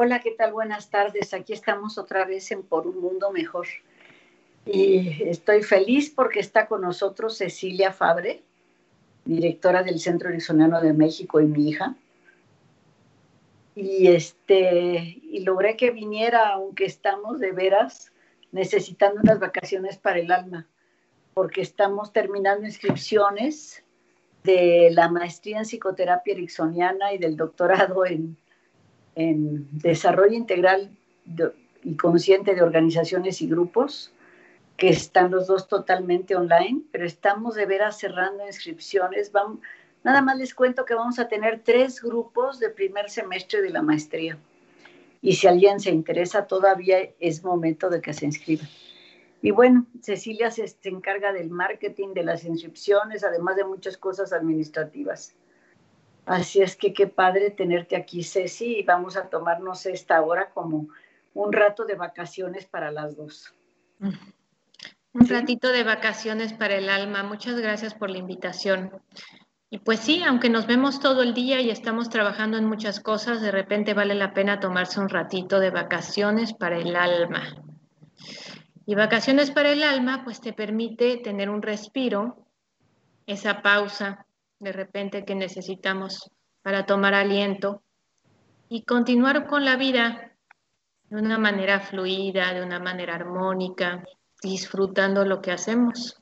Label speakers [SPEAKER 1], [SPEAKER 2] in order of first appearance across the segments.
[SPEAKER 1] Hola, ¿qué tal? Buenas tardes. Aquí estamos otra vez en Por un Mundo Mejor. Y estoy feliz porque está con nosotros Cecilia Fabre, directora del Centro Ericksoniano de México, y mi hija. Y logré que viniera, aunque estamos de veras necesitando unas vacaciones para el alma, porque estamos terminando inscripciones de la maestría en psicoterapia ericksoniana y del doctorado en desarrollo integral y consciente de organizaciones y grupos, que están los dos totalmente online, pero estamos de veras cerrando inscripciones. Nada más les cuento que vamos a tener 3 grupos de primer semestre de la maestría. Y si alguien se interesa, todavía es momento de que se inscriba. Y bueno, Cecilia se encarga del marketing, de las inscripciones, además de muchas cosas administrativas. Así es que qué padre tenerte aquí, Ceci, y vamos a tomarnos esta hora como un rato de vacaciones para las dos.
[SPEAKER 2] Un ratito de vacaciones para el alma. Muchas gracias por la invitación. Y pues sí, aunque nos vemos todo el día y estamos trabajando en muchas cosas, de repente vale la pena tomarse un ratito de vacaciones para el alma. Y vacaciones para el alma, pues te permite tener un respiro, esa pausa de repente que necesitamos para tomar aliento y continuar con la vida de una manera fluida, de una manera armónica, disfrutando lo que hacemos.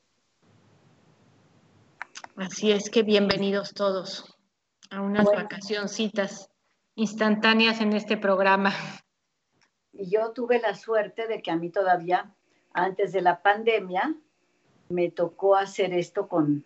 [SPEAKER 2] Así es que bienvenidos todos a unas vacacioncitas instantáneas en este programa.
[SPEAKER 1] Y yo tuve la suerte de que a mí todavía, antes de la pandemia, me tocó hacer esto con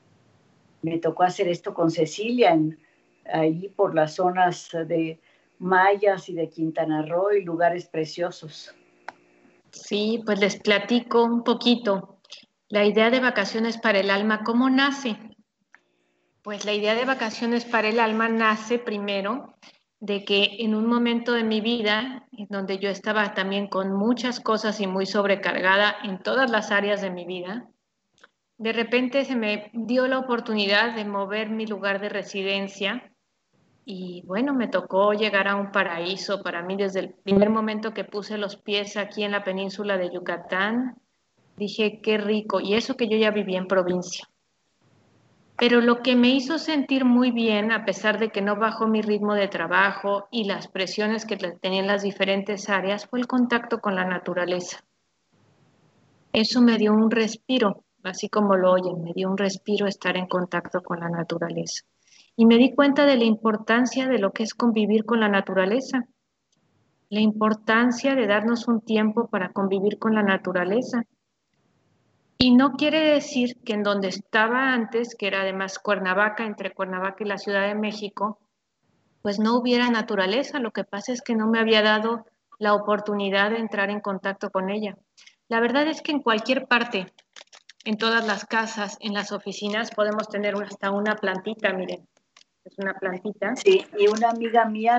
[SPEAKER 1] Cecilia, ahí por las zonas de Mayas y de Quintana Roo y lugares preciosos.
[SPEAKER 2] Sí, pues les platico un poquito. La idea de vacaciones para el alma, ¿cómo nace? Pues la idea de vacaciones para el alma nace primero de que en un momento de mi vida, en donde yo estaba también con muchas cosas y muy sobrecargada en todas las áreas de mi vida, de repente se me dio la oportunidad de mover mi lugar de residencia y bueno, me tocó llegar a un paraíso para mí desde el primer momento que puse los pies aquí en la península de Yucatán. Dije, qué rico, y eso que yo ya vivía en provincia. Pero lo que me hizo sentir muy bien, a pesar de que no bajó mi ritmo de trabajo y las presiones que tenía en las diferentes áreas, fue el contacto con la naturaleza. Eso me dio un respiro, así como lo oyen, me dio un respiro estar en contacto con la naturaleza. Y me di cuenta de la importancia de lo que es convivir con la naturaleza, la importancia de darnos un tiempo para convivir con la naturaleza. Y no quiere decir que en donde estaba antes, que era además Cuernavaca, entre Cuernavaca y la Ciudad de México, pues no hubiera naturaleza. Lo que pasa es que no me había dado la oportunidad de entrar en contacto con ella. La verdad es que en cualquier parte, en todas las casas, en las oficinas, podemos tener hasta una plantita, miren, es una plantita.
[SPEAKER 1] Sí, y una amiga mía,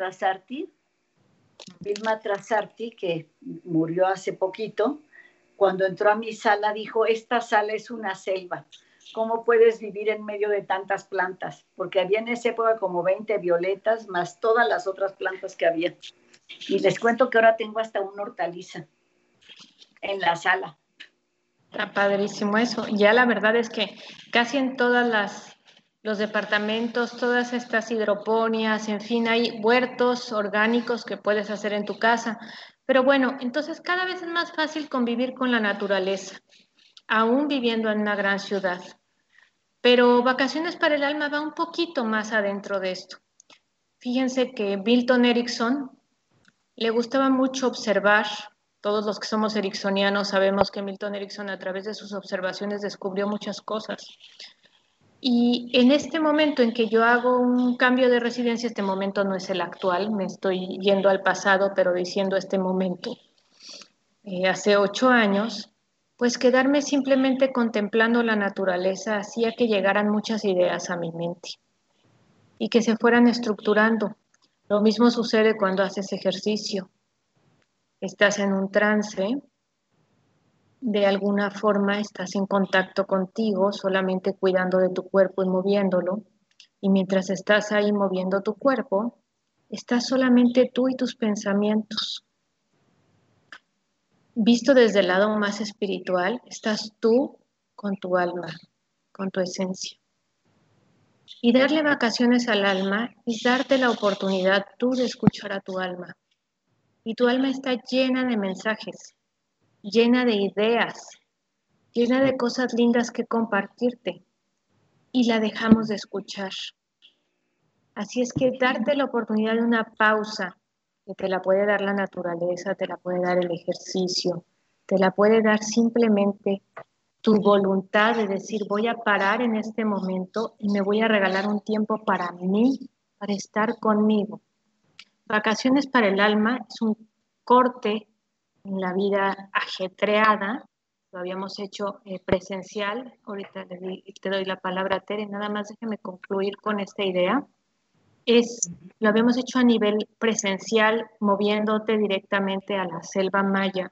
[SPEAKER 1] Vilma Trasarti, que murió hace poquito, cuando entró a mi sala dijo, esta sala es una selva. ¿Cómo puedes vivir en medio de tantas plantas? Porque había en esa época como 20 violetas, más todas las otras plantas que había. Y les cuento que ahora tengo hasta una hortaliza en la sala.
[SPEAKER 2] Está padrísimo eso. Ya la verdad es que casi en todas los departamentos, todas estas hidroponias, en fin, hay huertos orgánicos que puedes hacer en tu casa. Pero bueno, entonces cada vez es más fácil convivir con la naturaleza, aún viviendo en una gran ciudad. Pero Vacaciones para el Alma va un poquito más adentro de esto. Fíjense que Milton Erickson le gustaba mucho observar. Todos los que somos ericksonianos sabemos que Milton Erickson a través de sus observaciones descubrió muchas cosas. Y en este momento en que yo hago un cambio de residencia, este momento no es el actual, me estoy yendo al pasado, pero diciendo este momento, hace 8 años, pues quedarme simplemente contemplando la naturaleza hacía que llegaran muchas ideas a mi mente y que se fueran estructurando. Lo mismo sucede cuando haces ejercicio. Estás en un trance, de alguna forma estás en contacto contigo, solamente cuidando de tu cuerpo y moviéndolo. Y mientras estás ahí moviendo tu cuerpo, Estás solamente tú y tus pensamientos. Visto desde el lado más espiritual, estás tú con tu alma, con tu esencia. Y darle vacaciones al alma es darte la oportunidad tú de escuchar a tu alma. Y tu alma está llena de mensajes, llena de ideas, llena de cosas lindas que compartirte. Y la dejamos de escuchar. Así es que darte la oportunidad de una pausa, que te la puede dar la naturaleza, te la puede dar el ejercicio, te la puede dar simplemente tu voluntad de decir, voy a parar en este momento y me voy a regalar un tiempo para mí, para estar conmigo. Vacaciones para el alma es un corte en la vida ajetreada. Lo habíamos hecho presencial. Ahorita te doy la palabra a Tere, nada más déjame concluir con esta idea. Lo habíamos hecho a nivel presencial, moviéndote directamente a la selva maya.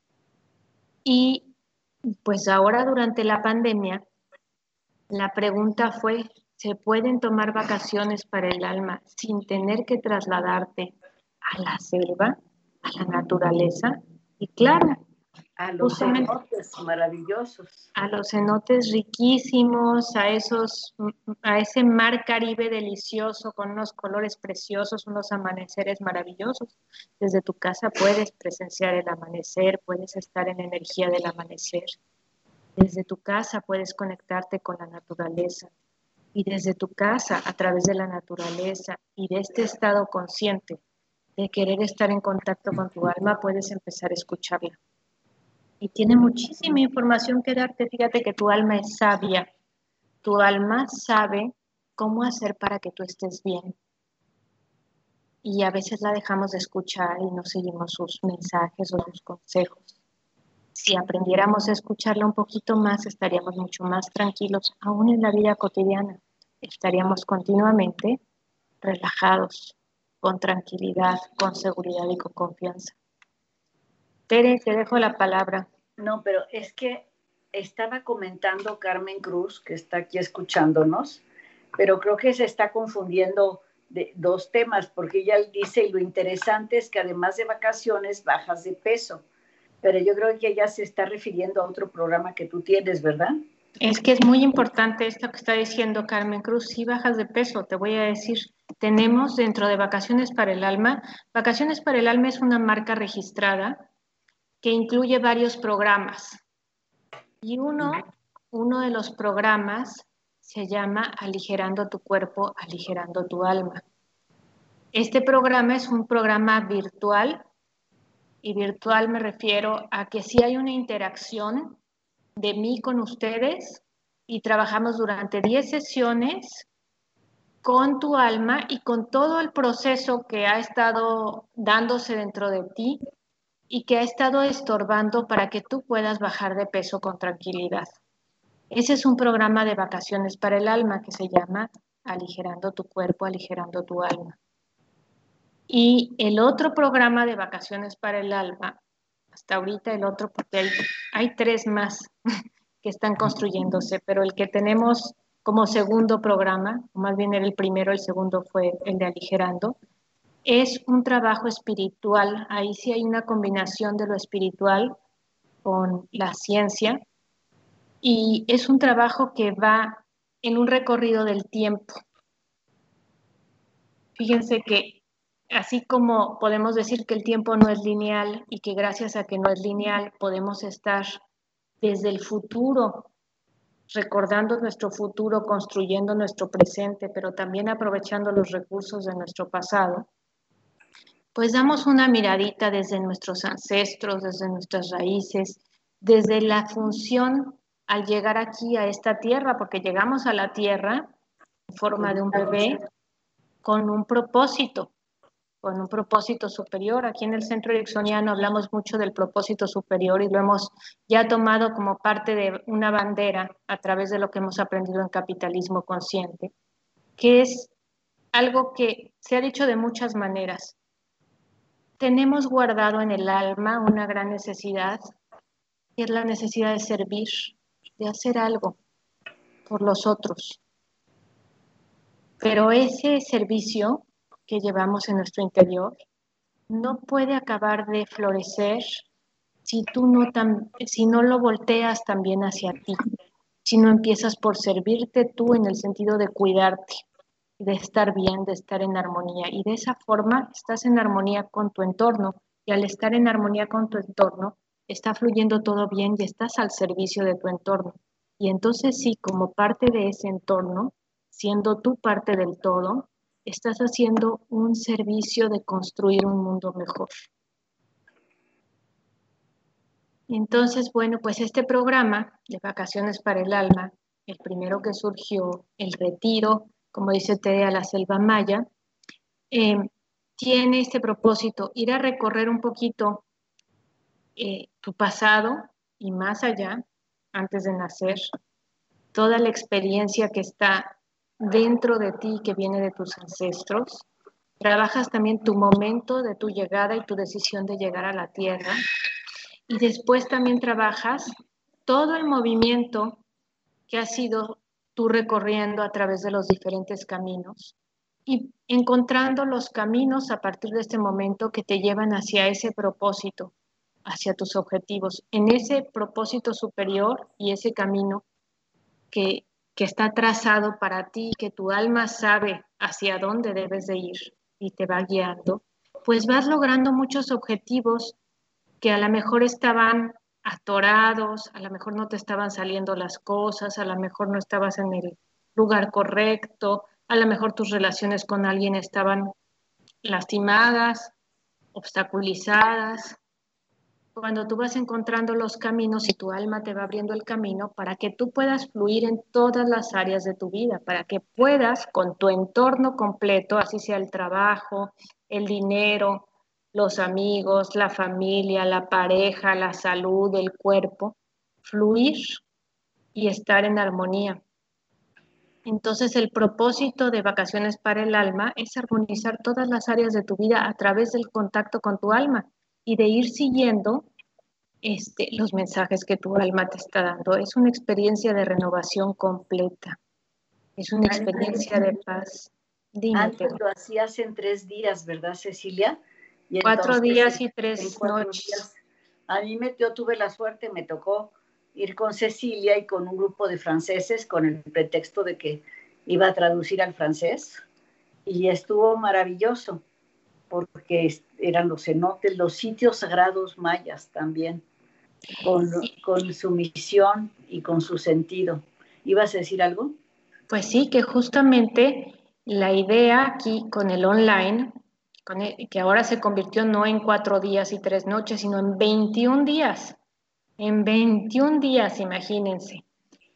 [SPEAKER 2] Y pues ahora durante la pandemia, la pregunta fue, ¿se pueden tomar vacaciones para el alma sin tener que trasladarte a la selva, a la naturaleza? Y claro,
[SPEAKER 1] A los
[SPEAKER 2] justamente
[SPEAKER 1] cenotes maravillosos.
[SPEAKER 2] a los cenotes riquísimos, a ese mar Caribe delicioso con unos colores preciosos, unos amaneceres maravillosos. Desde tu casa puedes presenciar el amanecer, puedes estar en la energía del amanecer. Desde tu casa puedes conectarte con la naturaleza. Y desde tu casa, a través de la naturaleza y de este estado consciente de querer estar en contacto con tu alma, puedes empezar a escucharla. Y tiene muchísima información que darte. Fíjate que tu alma es sabia. Tu alma sabe cómo hacer para que tú estés bien. Y a veces la dejamos de escuchar y no seguimos sus mensajes o sus consejos. Si aprendiéramos a escucharla un poquito más, estaríamos mucho más tranquilos, aún en la vida cotidiana. Estaríamos continuamente relajados, con tranquilidad, con seguridad y con confianza. Tere, te dejo la palabra.
[SPEAKER 1] No, pero es que estaba comentando Carmen Cruz, que está aquí escuchándonos, pero creo que se está confundiendo de dos temas, porque ella dice, lo interesante es que además de vacaciones bajas de peso, pero yo creo que ella se está refiriendo a otro programa que tú tienes, ¿verdad?
[SPEAKER 2] Es que es muy importante esto que está diciendo Carmen Cruz. Si bajas de peso, te voy a decir, tenemos dentro de Vacaciones para el Alma, Vacaciones para el Alma es una marca registrada que incluye varios programas. Y uno de los programas se llama Aligerando tu cuerpo, aligerando tu alma. Este programa es un programa virtual, y virtual me refiero a que sí hay una interacción de mí con ustedes y trabajamos durante 10 sesiones con tu alma y con todo el proceso que ha estado dándose dentro de ti y que ha estado estorbando para que tú puedas bajar de peso con tranquilidad. Ese es un programa de vacaciones para el alma que se llama Aligerando tu cuerpo, aligerando tu alma. Y el otro programa de vacaciones para el alma, hasta ahorita el otro, porque hay 3 más que están construyéndose, pero el que tenemos como segundo programa, o más bien era el primero, el segundo fue el de Aligerando, es un trabajo espiritual. Ahí sí hay una combinación de lo espiritual con la ciencia y es un trabajo que va en un recorrido del tiempo. Fíjense que así como podemos decir que el tiempo no es lineal y que gracias a que no es lineal podemos estar desde el futuro, recordando nuestro futuro, construyendo nuestro presente, pero también aprovechando los recursos de nuestro pasado, pues damos una miradita desde nuestros ancestros, desde nuestras raíces, desde la función al llegar aquí a esta tierra, porque llegamos a la tierra en forma de un bebé con un propósito superior. Aquí en el Centro Ericksoniano hablamos mucho del propósito superior y lo hemos ya tomado como parte de una bandera a través de lo que hemos aprendido en capitalismo consciente, que es algo que se ha dicho de muchas maneras. Tenemos guardado en el alma una gran necesidad, que es la necesidad de servir, de hacer algo por los otros. Pero ese servicio que llevamos en nuestro interior no puede acabar de florecer si no lo volteas también hacia ti, si no empiezas por servirte tú en el sentido de cuidarte, de estar bien, de estar en armonía. Y de esa forma estás en armonía con tu entorno. Y al estar en armonía con tu entorno, está fluyendo todo bien y estás al servicio de tu entorno. Y entonces sí, como parte de ese entorno, siendo tú parte del todo, estás haciendo un servicio de construir un mundo mejor. Entonces, bueno, pues este programa de Vacaciones para el Alma, el primero que surgió, el retiro, como dice Tere, a la Selva Maya, eh, tiene este propósito, ir a recorrer un poquito tu pasado y más allá, antes de nacer, toda la experiencia que está dentro de ti, que viene de tus ancestros. Trabajas también tu momento de tu llegada y tu decisión de llegar a la Tierra. Y después también trabajas todo el movimiento que has ido tú recorriendo a través de los diferentes caminos y encontrando los caminos a partir de este momento que te llevan hacia ese propósito, hacia tus objetivos, en ese propósito superior y ese camino que, que está trazado para ti, que tu alma sabe hacia dónde debes de ir y te va guiando, pues vas logrando muchos objetivos que a lo mejor estaban atorados, a lo mejor no te estaban saliendo las cosas, a lo mejor no estabas en el lugar correcto, a lo mejor tus relaciones con alguien estaban lastimadas, obstaculizadas. Cuando tú vas encontrando los caminos y tu alma te va abriendo el camino para que tú puedas fluir en todas las áreas de tu vida, para que puedas con tu entorno completo, así sea el trabajo, el dinero, los amigos, la familia, la pareja, la salud, el cuerpo, fluir y estar en armonía. Entonces el propósito de Vacaciones para el Alma es armonizar todas las áreas de tu vida a través del contacto con tu alma y de ir siguiendo los mensajes que tu alma te está dando. Es una experiencia de renovación completa. Es una experiencia de paz. Dime,
[SPEAKER 1] Antes lo hacías en 3 días, ¿verdad, Cecilia? Y
[SPEAKER 2] 4
[SPEAKER 1] entonces
[SPEAKER 2] días y
[SPEAKER 1] en
[SPEAKER 2] 3
[SPEAKER 1] 4
[SPEAKER 2] noches.
[SPEAKER 1] días. A mí yo tuve la suerte, me tocó ir con Cecilia y con un grupo de franceses con el pretexto de que iba a traducir al francés. Y estuvo maravilloso, porque eran los cenotes, los sitios sagrados mayas también, con su misión y con su sentido. ¿Ibas a decir algo?
[SPEAKER 2] Pues sí, que justamente la idea aquí con el online, que ahora se convirtió no en 4 días y 3 noches, sino en 21 días. En 21 días, imagínense.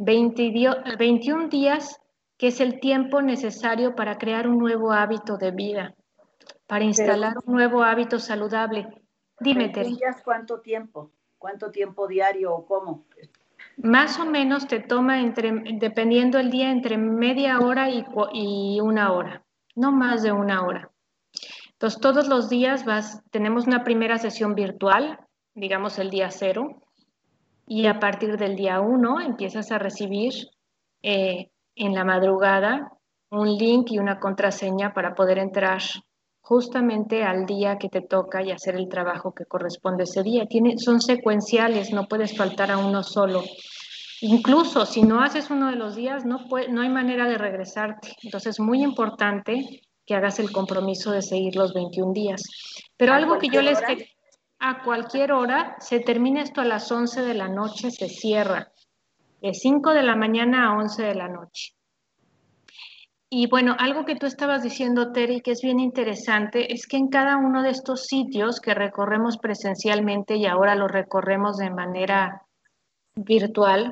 [SPEAKER 2] 21 días, que es el tiempo necesario para crear un nuevo hábito de vida, para
[SPEAKER 1] Pero
[SPEAKER 2] instalar un nuevo hábito saludable. Dime,
[SPEAKER 1] 21
[SPEAKER 2] Terry.
[SPEAKER 1] días, ¿cuánto tiempo? ¿Cuánto tiempo diario o cómo?
[SPEAKER 2] Más o menos te toma, dependiendo el día, entre media hora y 1 hora, no más de 1 hora. Entonces, todos los días tenemos una primera sesión virtual, digamos el día 0, y a partir del día 1 empiezas a recibir en la madrugada un link y una contraseña para poder entrar justamente al día que te toca y hacer el trabajo que corresponde ese día. Son secuenciales, no puedes faltar a uno solo. Incluso si no haces uno de los días, no hay manera de regresarte. Entonces es muy importante que hagas el compromiso de seguir los 21 días. Pero
[SPEAKER 1] ¿A
[SPEAKER 2] algo que yo
[SPEAKER 1] cualquier hora?
[SPEAKER 2] a cualquier hora, se termina esto a las 11 de la noche, se cierra, de 5 de la mañana a 11 de la noche. Y bueno, algo que tú estabas diciendo, Terry, que es bien interesante, es que en cada uno de estos sitios que recorremos presencialmente y ahora los recorremos de manera virtual,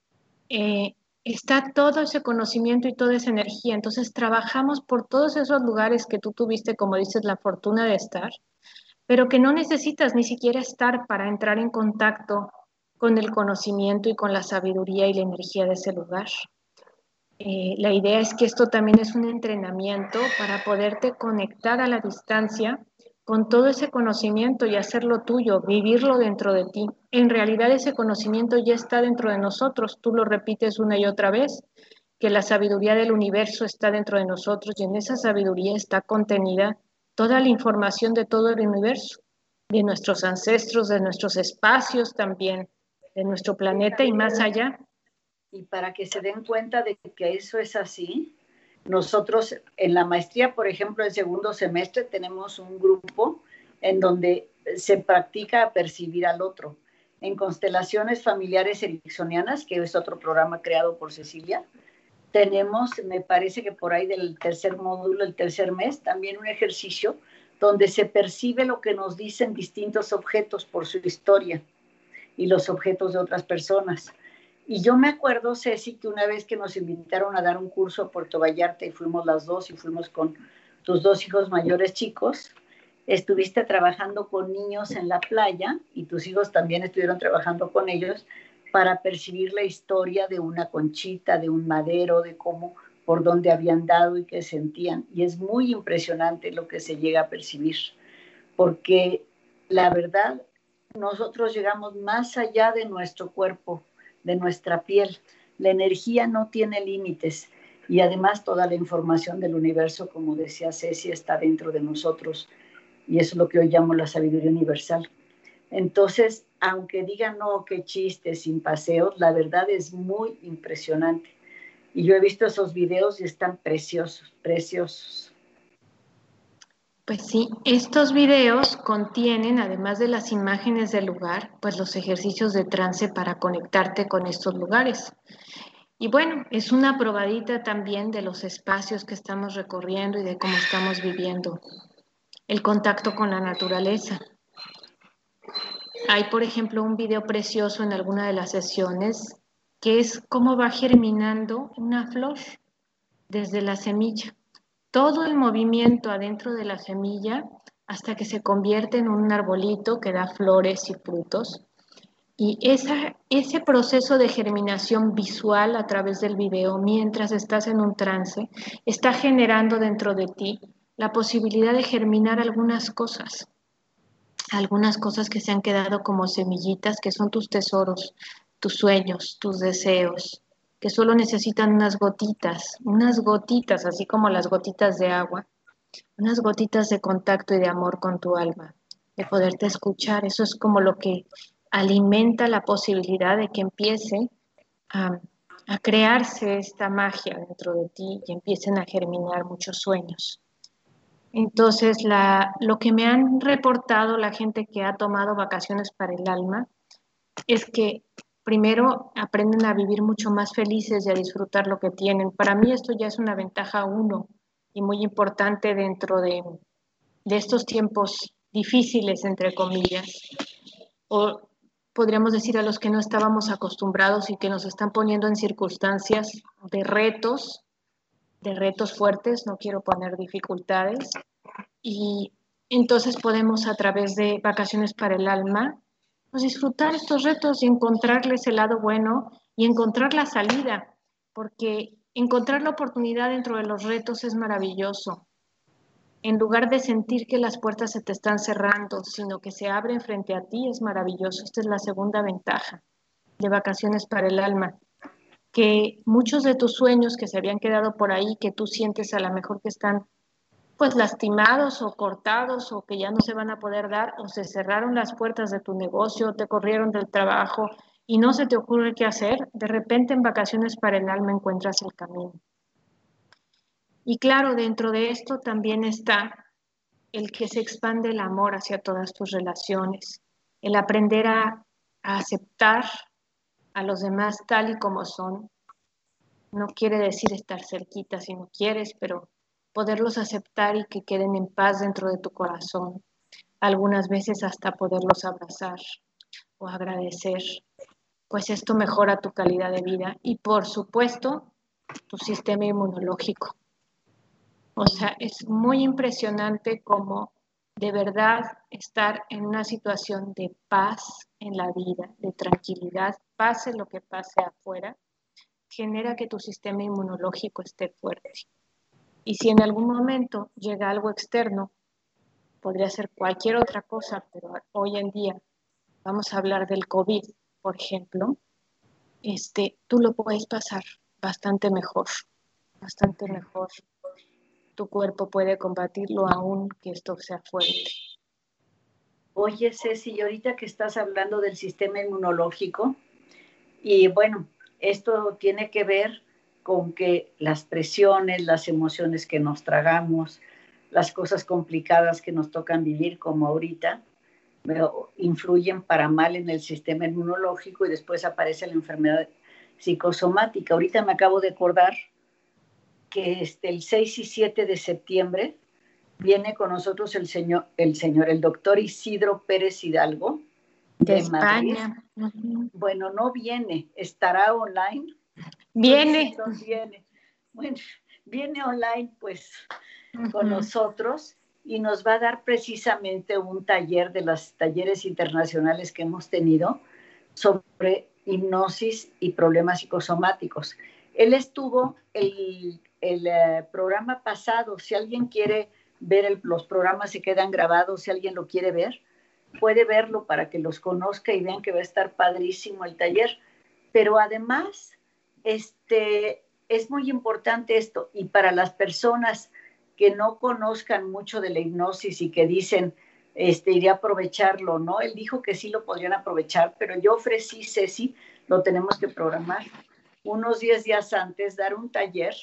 [SPEAKER 2] está todo ese conocimiento y toda esa energía. Entonces trabajamos por todos esos lugares que tú tuviste, como dices, la fortuna de estar, pero que no necesitas ni siquiera estar para entrar en contacto con el conocimiento y con la sabiduría y la energía de ese lugar. La idea es que esto también es un entrenamiento para poderte conectar a la distancia con todo ese conocimiento y hacerlo tuyo, vivirlo dentro de ti. En realidad ese conocimiento ya está dentro de nosotros, tú lo repites una y otra vez, que la sabiduría del universo está dentro de nosotros y en esa sabiduría está contenida toda la información de todo el universo, de nuestros ancestros, de nuestros espacios también, de nuestro planeta y más allá.
[SPEAKER 1] Y para que se den cuenta de que eso es así, nosotros en la maestría, por ejemplo, el segundo semestre tenemos un grupo en donde se practica percibir al otro. En constelaciones familiares ericksonianas, que es otro programa creado por Cecilia, tenemos, me parece que por ahí del tercer módulo, el tercer mes, también un ejercicio donde se percibe lo que nos dicen distintos objetos por su historia y los objetos de otras personas. Y yo me acuerdo, Ceci, que una vez que nos invitaron a dar un curso a Puerto Vallarta y fuimos las dos y fuimos con tus dos hijos mayores chicos, estuviste trabajando con niños en la playa y tus hijos también estuvieron trabajando con ellos para percibir la historia de una conchita, de un madero, de cómo, por dónde habían dado y qué sentían. Y es muy impresionante lo que se llega a percibir, porque la verdad, nosotros llegamos más allá de nuestro cuerpo, de nuestra piel. La energía no tiene límites y además toda la información del universo, como decía Ceci, está dentro de nosotros y eso es lo que hoy llamo la sabiduría universal. Entonces, aunque digan, no, qué chiste, sin paseos, la verdad es muy impresionante. Y yo he visto esos videos y están preciosos, preciosos.
[SPEAKER 2] Pues sí, estos videos contienen, además de las imágenes del lugar, pues los ejercicios de trance para conectarte con estos lugares. Y bueno, es una probadita también de los espacios que estamos recorriendo y de cómo estamos viviendo el contacto con la naturaleza. Hay, por ejemplo, un video precioso en alguna de las sesiones que es cómo va germinando una flor desde la semilla. Todo el movimiento adentro de la semilla hasta que se convierte en un arbolito que da flores y frutos. Y ese proceso de germinación visual a través del video, mientras estás en un trance, está generando dentro de ti la posibilidad de germinar algunas cosas que se han quedado como semillitas, que son tus tesoros, tus sueños, tus deseos, que solo necesitan unas gotitas, así como las gotitas de agua, unas gotitas de contacto y de amor con tu alma, de poderte escuchar. Eso es como lo que alimenta la posibilidad de que empiece a, a crearse esta magia dentro de ti y empiecen a germinar muchos sueños. Entonces, lo que me han reportado la gente que ha tomado vacaciones para el alma es que primero aprenden a vivir mucho más felices y a disfrutar lo que tienen. Para mí esto ya es una ventaja uno y muy importante dentro de estos tiempos difíciles, entre comillas, o podríamos decir a los que no estábamos acostumbrados y que nos están poniendo en circunstancias de retos fuertes, no quiero poner dificultades, y entonces podemos a través de vacaciones para el alma, pues disfrutar estos retos y encontrarles el lado bueno y encontrar la salida, porque encontrar la oportunidad dentro de los retos es maravilloso. En lugar de sentir que las puertas se te están cerrando, sino que se abren frente a ti, es maravilloso. Esta es la segunda ventaja de vacaciones para el alma, que muchos de tus sueños que se habían quedado por ahí, que tú sientes a lo mejor que están pues lastimados o cortados o que ya no se van a poder dar o se cerraron las puertas de tu negocio, te corrieron del trabajo y no se te ocurre qué hacer, de repente en vacaciones para el alma encuentras el camino. Y claro, dentro de esto también está el que se expande el amor hacia todas tus relaciones, el aprender a aceptar a los demás tal y como son. No quiere decir estar cerquita si no quieres, pero poderlos aceptar y que queden en paz dentro de tu corazón. Algunas veces hasta poderlos abrazar o agradecer, pues esto mejora tu calidad de vida y por supuesto tu sistema inmunológico. O sea, es muy impresionante cómo de verdad estar en una situación de paz en la vida, de tranquilidad, pase lo que pase afuera, genera que tu sistema inmunológico esté fuerte. Y si en algún momento llega algo externo, podría ser cualquier otra cosa, pero hoy en día vamos a hablar del COVID, por ejemplo, tú lo puedes pasar bastante mejor, bastante mejor. Tu cuerpo puede combatirlo aún que esto sea fuerte.
[SPEAKER 1] Oye, Ceci, y ahorita que estás hablando del sistema inmunológico, y bueno, esto tiene que ver con que las presiones, las emociones que nos tragamos, las cosas complicadas que nos tocan vivir como ahorita, influyen para mal en el sistema inmunológico y después aparece la enfermedad psicosomática. Ahorita me acabo de acordar que el 6 y 7 de septiembre viene con nosotros el doctor Isidro Pérez Hidalgo
[SPEAKER 2] De
[SPEAKER 1] de Madrid.
[SPEAKER 2] España. Uh-huh.
[SPEAKER 1] Bueno, no viene, estará online.
[SPEAKER 2] Viene.
[SPEAKER 1] Viene. Bueno, viene online pues con nosotros y nos va a dar precisamente un taller de los talleres internacionales que hemos tenido sobre hipnosis y problemas psicosomáticos. Él estuvo el programa pasado. Si alguien quiere ver los programas, se quedan grabados. Si alguien lo quiere ver, puede verlo para que los conozca y vean que va a estar padrísimo el taller. Pero además, es muy importante esto. Y para las personas que no conozcan mucho de la hipnosis y que dicen, iré a aprovecharlo, ¿no? Él dijo que sí lo podrían aprovechar, pero yo ofrecí, Ceci, lo tenemos que programar, unos 10 días antes, dar un taller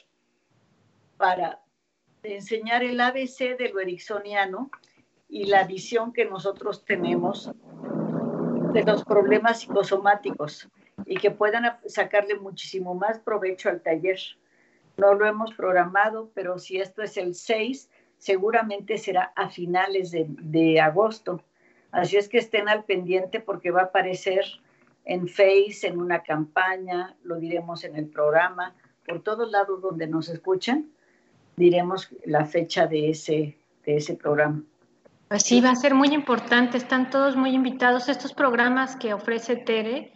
[SPEAKER 1] para enseñar el ABC de lo ericksoniano y la visión que nosotros tenemos de los problemas psicosomáticos y que puedan sacarle muchísimo más provecho al taller. No lo hemos programado, pero si esto es el 6, seguramente será a finales de agosto. Así es que estén al pendiente porque va a aparecer en Face, en una campaña, lo diremos en el programa, por todos lados donde nos escuchan, diremos la fecha de ese programa.
[SPEAKER 2] Pues sí, va a ser muy importante, están todos muy invitados. Estos programas que ofrece Tere,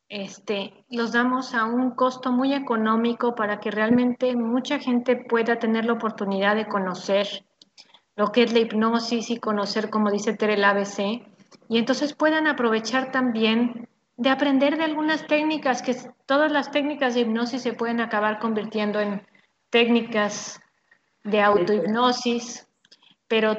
[SPEAKER 2] los damos a un costo muy económico para que realmente mucha gente pueda tener la oportunidad de conocer lo que es la hipnosis y conocer, como dice Tere, el ABC, y entonces puedan aprovechar también de aprender de algunas técnicas, que todas las técnicas de hipnosis se pueden acabar convirtiendo en técnicas de autohipnosis, pero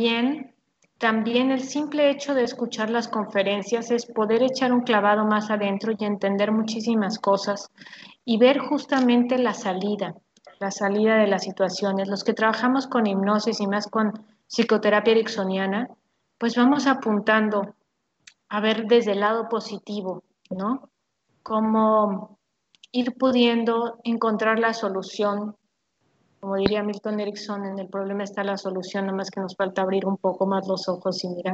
[SPEAKER 2] también el simple hecho de escuchar las conferencias es poder echar un clavado más adentro y entender muchísimas cosas y ver justamente la salida de las situaciones. Los que trabajamos con hipnosis y más con psicoterapia ericksoniana, pues vamos apuntando a ver desde el lado positivo, ¿no? Cómo ir pudiendo encontrar la solución. Como diría Milton Erickson, en el problema está la solución, nomás que nos falta abrir un poco más los ojos y mirar.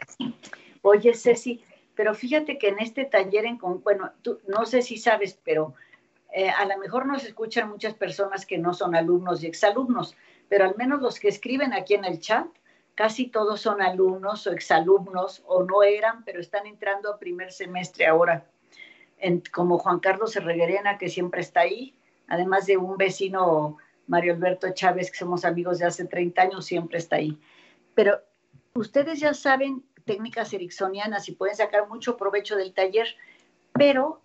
[SPEAKER 1] Oye, Ceci, pero fíjate que en este taller, bueno, tú no sé si sabes, pero a lo mejor nos escuchan muchas personas que no son alumnos y exalumnos, pero al menos los que escriben aquí en el chat, casi todos son alumnos o exalumnos o no eran, pero están entrando a primer semestre ahora, como Juan Carlos Herreguerena, que siempre está ahí, además de un vecino, Mario Alberto Chávez, que somos amigos de hace 30 años, siempre está ahí. Pero ustedes ya saben técnicas ericksonianas y pueden sacar mucho provecho del taller, pero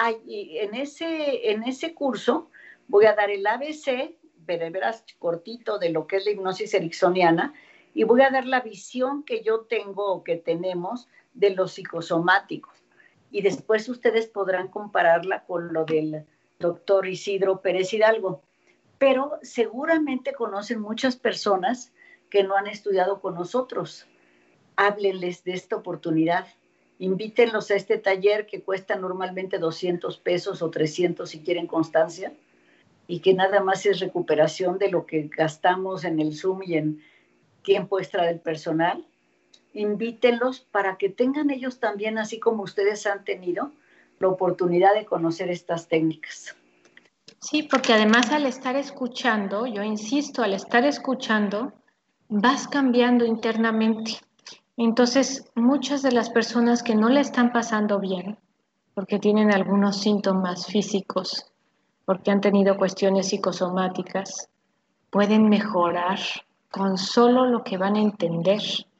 [SPEAKER 1] en ese curso voy a dar el ABC, verás, cortito, de lo que es la hipnosis ericksoniana, y voy a dar la visión que yo tengo o que tenemos de los psicosomáticos. Y después ustedes podrán compararla con lo del doctor Isidro Pérez Hidalgo. Pero seguramente conocen muchas personas que no han estudiado con nosotros. Háblenles de esta oportunidad. Invítenlos a este taller que cuesta normalmente 200 pesos o 300 si quieren constancia y que nada más es recuperación de lo que gastamos en el Zoom y en tiempo extra del personal. Invítenlos para que tengan ellos también, así como ustedes han tenido, la oportunidad de conocer estas técnicas.
[SPEAKER 2] Sí, porque además al estar escuchando, yo insisto, al estar escuchando, vas cambiando internamente. Entonces, muchas de las personas que no le están pasando bien, porque tienen algunos síntomas físicos, porque han tenido cuestiones psicosomáticas, pueden mejorar con solo lo que van a entender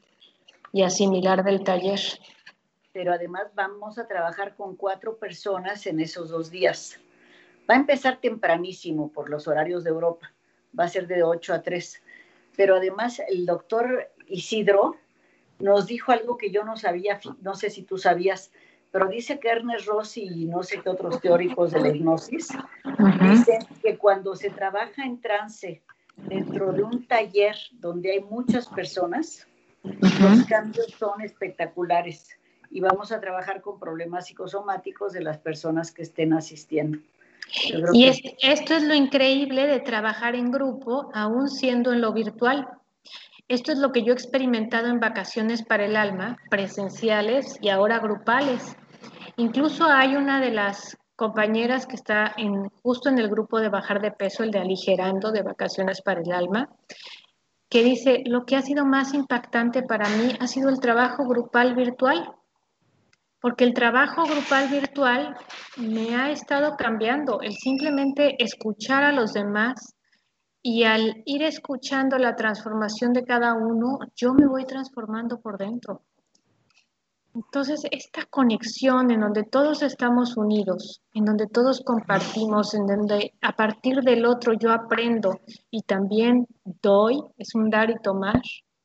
[SPEAKER 2] y asimilar del taller.
[SPEAKER 1] Pero además vamos a trabajar con 4 personas en esos 2 días. Va a empezar tempranísimo por los horarios de Europa, va a ser de 8 a 3, pero además el doctor Isidro nos dijo algo que yo no sabía, no sé si tú sabías, pero dice que Ernest Rossi y no sé qué otros teóricos de la hipnosis dicen que cuando se trabaja en trance dentro de un taller donde hay muchas personas, los cambios son espectaculares y vamos a trabajar con problemas psicosomáticos de las personas que estén asistiendo.
[SPEAKER 2] Y esto es lo increíble de trabajar en grupo, aún siendo en lo virtual. Esto es lo que yo he experimentado en vacaciones para el alma, presenciales y ahora grupales. Incluso hay una de las compañeras que está justo en el grupo de bajar de peso, el de Aligerando, de vacaciones para el alma, que dice, lo que ha sido más impactante para mí ha sido el trabajo grupal virtual, porque el trabajo grupal virtual me ha estado cambiando, el simplemente escuchar a los demás y al ir escuchando la transformación de cada uno, yo me voy transformando por dentro. Entonces, esta conexión en donde todos estamos unidos, en donde todos compartimos, en donde a partir del otro yo aprendo y también doy, es un dar y tomar,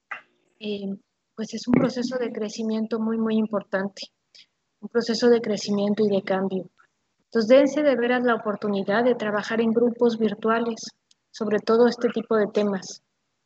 [SPEAKER 2] pues es un proceso de crecimiento muy, muy importante, un proceso de crecimiento y de cambio. Entonces, dense de veras la oportunidad de trabajar en grupos virtuales, sobre todo este tipo de temas.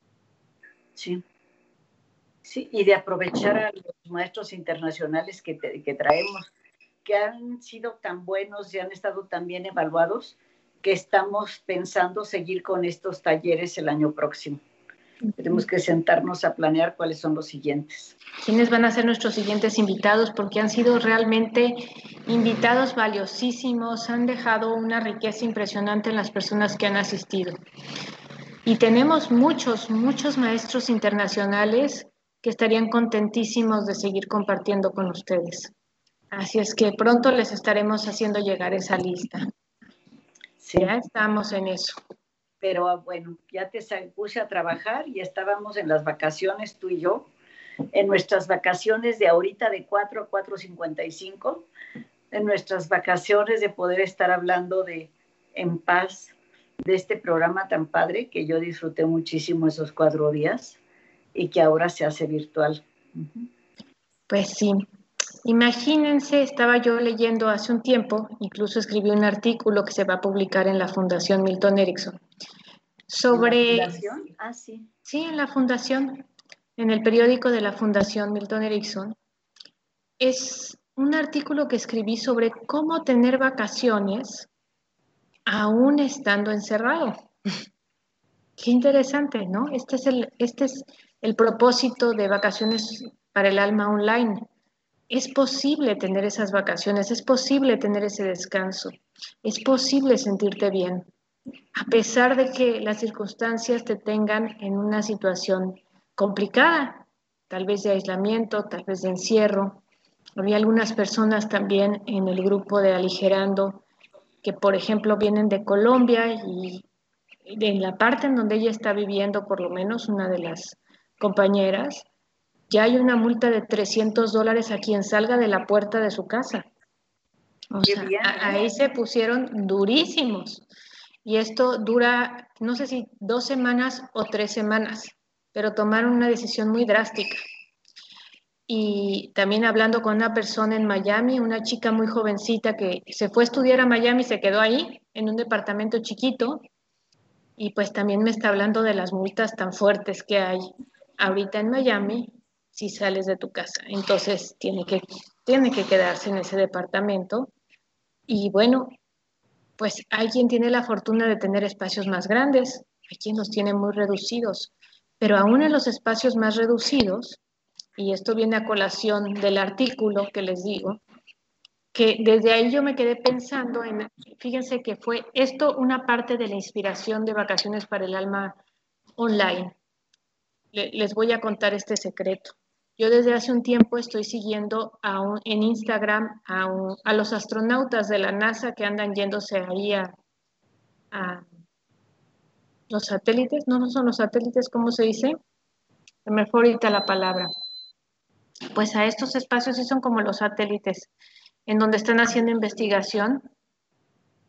[SPEAKER 1] Sí. Sí, y de aprovechar a los maestros internacionales que traemos, que han sido tan buenos y han estado tan bien evaluados, que estamos pensando seguir con estos talleres el año próximo. Tenemos que sentarnos a planear cuáles son los siguientes.
[SPEAKER 2] ¿Quiénes van a ser nuestros siguientes invitados? Porque han sido realmente invitados valiosísimos, han dejado una riqueza impresionante en las personas que han asistido. Y tenemos muchos, muchos maestros internacionales que estarían contentísimos de seguir compartiendo con ustedes. Así es que pronto les estaremos haciendo llegar esa lista. Sí. Ya estamos en eso.
[SPEAKER 1] Pero bueno, ya te puse a trabajar y estábamos en las vacaciones, tú y yo, en nuestras vacaciones de ahorita de 4 a 4:55, en nuestras vacaciones de poder estar hablando en paz de este programa tan padre que yo disfruté muchísimo esos 4 días y que ahora se hace virtual.
[SPEAKER 2] Pues sí. Imagínense, estaba yo leyendo hace un tiempo, incluso escribí un artículo que se va a publicar en la Fundación Milton Erickson, sobre...
[SPEAKER 1] ¿En la fundación? Ah, sí.
[SPEAKER 2] Sí, en la fundación, en el periódico de la Fundación Milton Erickson. Es un artículo que escribí sobre cómo tener vacaciones aún estando encerrado. Qué interesante, ¿no? Este es el propósito de Vacaciones para el Alma Online. Es posible tener esas vacaciones, es posible tener ese descanso, es posible sentirte bien, a pesar de que las circunstancias te tengan en una situación complicada, tal vez de aislamiento, tal vez de encierro. Había algunas personas también en el grupo de Aligerando que, por ejemplo, vienen de Colombia y en la parte en donde ella está viviendo, por lo menos una de las compañeras, ya hay una multa de $300 a quien salga de la puerta de su casa. O sea, ahí se pusieron durísimos. Y esto dura, no sé si 2 semanas o 3 semanas, pero tomaron una decisión muy drástica. Y también hablando con una persona en Miami, una chica muy jovencita que se fue a estudiar a Miami y se quedó ahí, en un departamento chiquito, y pues también me está hablando de las multas tan fuertes que hay ahorita en Miami si sales de tu casa. Entonces tiene que quedarse en ese departamento. Y bueno, pues hay quien tiene la fortuna de tener espacios más grandes, hay quien los tiene muy reducidos, pero aún en los espacios más reducidos, y esto viene a colación del artículo que les digo, que desde ahí yo me quedé pensando en, fíjense que fue esto una parte de la inspiración de Vacaciones para el Alma Online. Les voy a contar este secreto. Yo desde hace un tiempo estoy siguiendo en Instagram a los astronautas de la NASA que andan yéndose ahí a los satélites, no son los satélites, ¿cómo se dice? Me fue ahorita la palabra. Pues a estos espacios sí son como los satélites, en donde están haciendo investigación.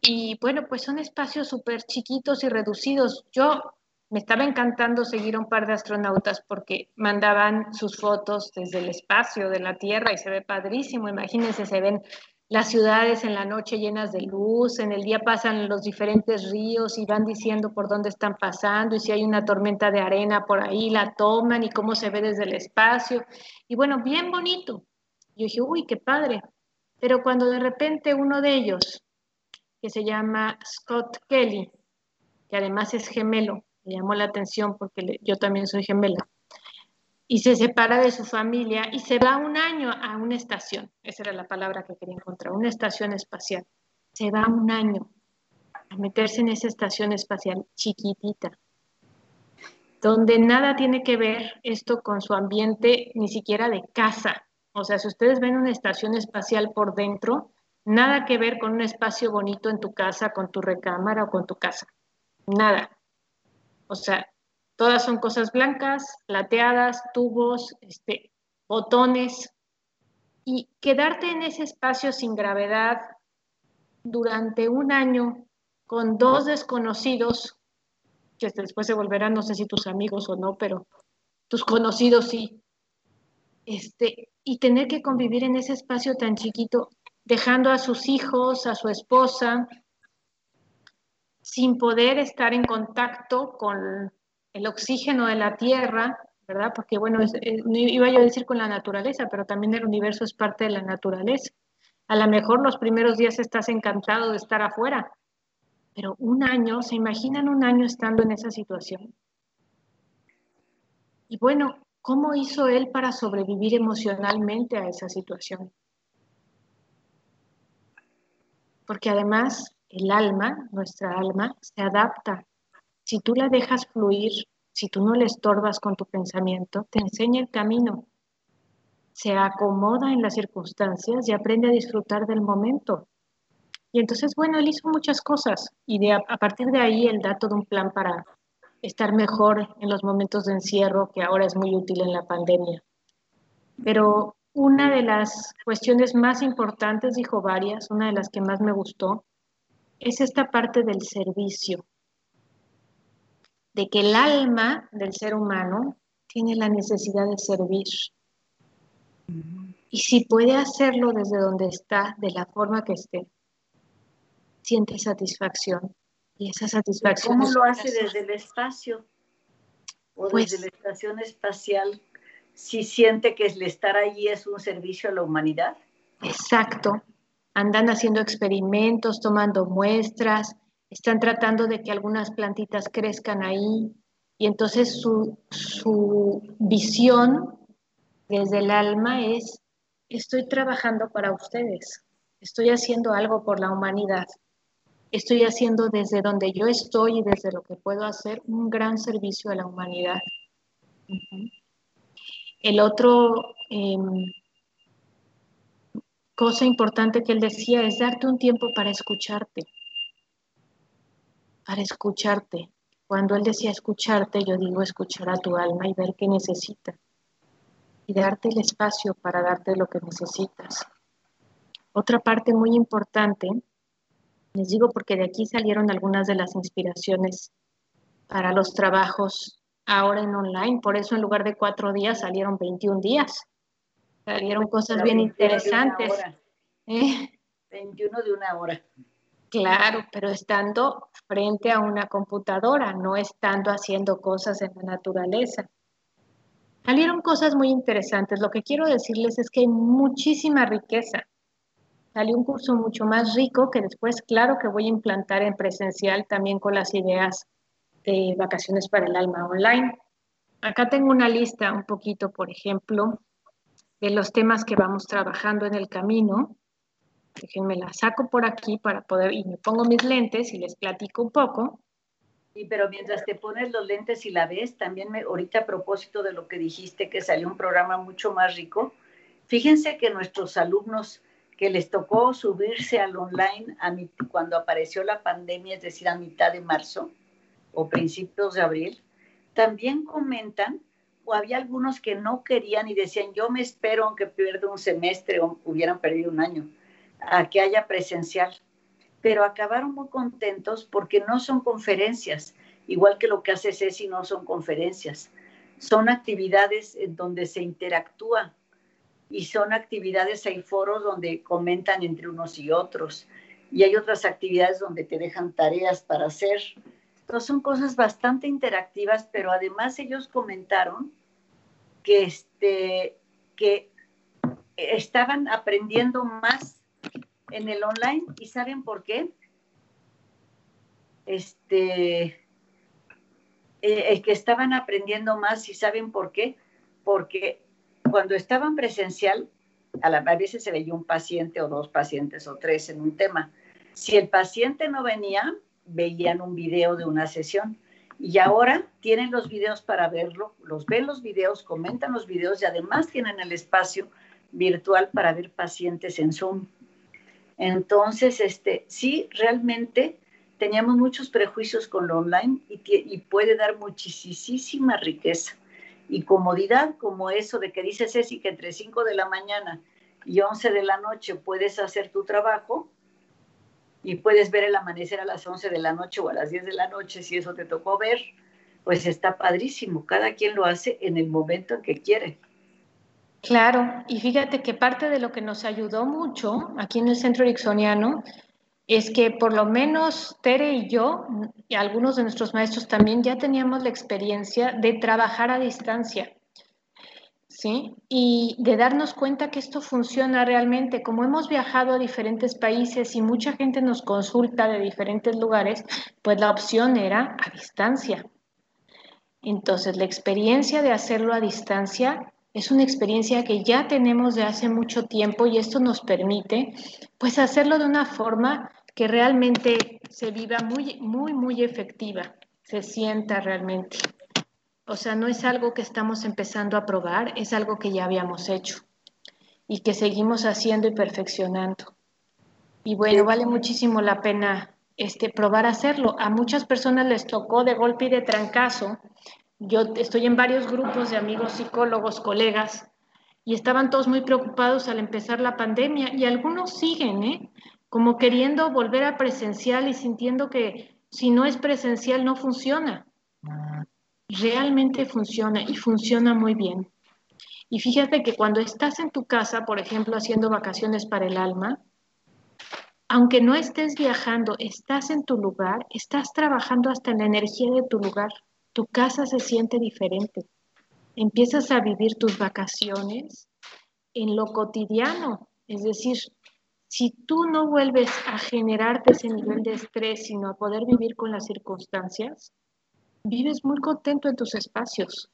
[SPEAKER 2] Y bueno, pues son espacios súper chiquitos y reducidos. Yo me estaba encantando seguir a un par de astronautas porque mandaban sus fotos desde el espacio, de la Tierra, y se ve padrísimo. Imagínense, se ven las ciudades en la noche llenas de luz, en el día pasan los diferentes ríos y van diciendo por dónde están pasando y si hay una tormenta de arena por ahí, la toman y cómo se ve desde el espacio. Y bueno, bien bonito. Yo dije, uy, qué padre. Pero cuando de repente uno de ellos, que se llama Scott Kelly, que además es gemelo, me llamó la atención porque yo también soy gemela, y se separa de su familia y se va un año a una estación, esa era la palabra que quería encontrar, una estación espacial. Se va un año a meterse en esa estación espacial chiquitita, donde nada tiene que ver esto con su ambiente, ni siquiera de casa. O sea, si ustedes ven una estación espacial por dentro, nada que ver con un espacio bonito en tu casa, con tu recámara o con tu casa. Nada. O sea, todas son cosas blancas, plateadas, tubos, botones. Y quedarte en ese espacio sin gravedad durante un año con dos desconocidos, que después se volverán, no sé si tus amigos o no, pero tus conocidos sí, y tener que convivir en ese espacio tan chiquito, dejando a sus hijos, a su esposa, sin poder estar en contacto con el oxígeno de la Tierra, ¿verdad? Porque bueno, iba yo a decir con la naturaleza, pero también el universo es parte de la naturaleza. A lo mejor los primeros días estás encantado de estar afuera, pero un año, ¿se imaginan un año estando en esa situación? Y bueno, ¿cómo hizo él para sobrevivir emocionalmente a esa situación? Porque además el alma, nuestra alma, se adapta. Si tú la dejas fluir, si tú no le estorbas con tu pensamiento, te enseña el camino, se acomoda en las circunstancias y aprende a disfrutar del momento. Y entonces, bueno, él hizo muchas cosas y a partir de ahí él da todo un plan para estar mejor en los momentos de encierro, que ahora es muy útil en la pandemia. Pero una de las cuestiones más importantes, dijo varias, una de las que más me gustó, es esta parte del servicio, de que el alma del ser humano tiene la necesidad de servir. Y si puede hacerlo desde donde está, de la forma que esté, siente satisfacción. Y esa satisfacción
[SPEAKER 1] ¿Cómo
[SPEAKER 2] es
[SPEAKER 1] lo hace desde el espacio o desde la
[SPEAKER 2] pues
[SPEAKER 1] estación espacial? Si siente que el estar allí es un servicio a la humanidad.
[SPEAKER 2] exacto. Andan haciendo experimentos, tomando muestras, están tratando de que algunas plantitas crezcan ahí. Y entonces su visión desde el alma es, estoy trabajando para ustedes, estoy haciendo algo por la humanidad, estoy haciendo desde donde yo estoy y desde lo que puedo hacer un gran servicio a la humanidad. Uh-huh. El otro cosa importante que él decía es darte un tiempo para escucharte, para escucharte. Cuando él decía escucharte, yo digo escuchar a tu alma y ver qué necesita y darte el espacio para darte lo que necesitas. Otra parte muy importante, les digo porque de aquí salieron algunas de las inspiraciones para los trabajos ahora en online, por eso en lugar de 4 días salieron 21 días, salieron cosas bien
[SPEAKER 1] 21 de una
[SPEAKER 2] interesantes.
[SPEAKER 1] hora. 21 de una hora.
[SPEAKER 2] Claro, pero estando frente a una computadora, no estando haciendo cosas en la naturaleza. Salieron cosas muy interesantes. Lo que quiero decirles es que hay muchísima riqueza. Salió un curso mucho más rico que después, claro, que voy a implantar en presencial también con las ideas de vacaciones para el alma online. Acá tengo una lista un poquito, por ejemplo, de los temas que vamos trabajando en el camino. Déjenme la saco por aquí para poder, y me pongo mis lentes y les platico un poco.
[SPEAKER 1] Sí, pero mientras te pones los lentes y la ves, también ahorita a propósito de lo que dijiste, que salió un programa mucho más rico, fíjense que nuestros alumnos que les tocó subirse al online cuando apareció la pandemia, es decir, a mitad de marzo o principios de abril, también comentan, o había algunos que no querían y decían, yo me espero aunque pierda un semestre o hubieran perdido un año, a que haya presencial. pero acabaron muy contentos porque no son conferencias, igual que lo que hace Ceci, no son conferencias, son actividades en donde se interactúa y son actividades, hay foros donde comentan entre unos y otros y hay otras actividades donde te dejan tareas para hacer. Entonces son cosas bastante interactivas, pero además ellos comentaron que, que estaban aprendiendo más en el online. ¿Y saben por qué? El que estaban aprendiendo más, ¿y saben por qué? Porque cuando estaban presencial, a veces se veía un paciente o dos pacientes o tres en un tema. Si el paciente no venía, veían un video de una sesión. Y ahora tienen los videos para verlo, los ven los videos, comentan los videos y además tienen el espacio virtual para ver pacientes en Zoom. Entonces, sí, realmente teníamos muchos prejuicios con lo online y puede dar muchísima riqueza y comodidad, como eso de que dice Ceci que entre 5 de la mañana y 11 de la noche puedes hacer tu trabajo y puedes ver el amanecer a las 11 de la noche o a las 10 de la noche, si eso te tocó ver, pues está padrísimo. Cada quien lo hace en el momento en que quiere.
[SPEAKER 2] Claro, y fíjate que parte de lo que nos ayudó mucho aquí en el Centro Ericksoniano es que por lo menos Tere y yo, y algunos de nuestros maestros también, ya teníamos la experiencia de trabajar a distancia, ¿sí? Y de darnos cuenta que esto funciona realmente. Como hemos viajado a diferentes países y mucha gente nos consulta de diferentes lugares, pues la opción era a distancia. Entonces, la experiencia de hacerlo a distancia es una experiencia que ya tenemos de hace mucho tiempo y esto nos permite, pues, hacerlo de una forma que realmente se viva muy efectiva, se sienta realmente. O sea, no es algo que estamos empezando a probar, es algo que ya habíamos hecho y que seguimos haciendo y perfeccionando. Y bueno, vale muchísimo la pena probar a hacerlo. A muchas personas les tocó de golpe y de trancazo. Yo estoy en varios grupos de amigos psicólogos, colegas, y estaban todos muy preocupados al empezar la pandemia y algunos siguen, como queriendo volver a presencial y sintiendo que si no es presencial no funciona. Realmente funciona y funciona muy bien. Y fíjate que cuando estás en tu casa, por ejemplo, haciendo vacaciones para el alma, aunque no estés viajando, estás en tu lugar, estás trabajando hasta en la energía de tu lugar. Tu casa se siente diferente. Empiezas a vivir tus vacaciones en lo cotidiano. Es decir, si tú no vuelves a generarte ese nivel de estrés, sino a poder vivir con las circunstancias, vives muy contento en tus espacios.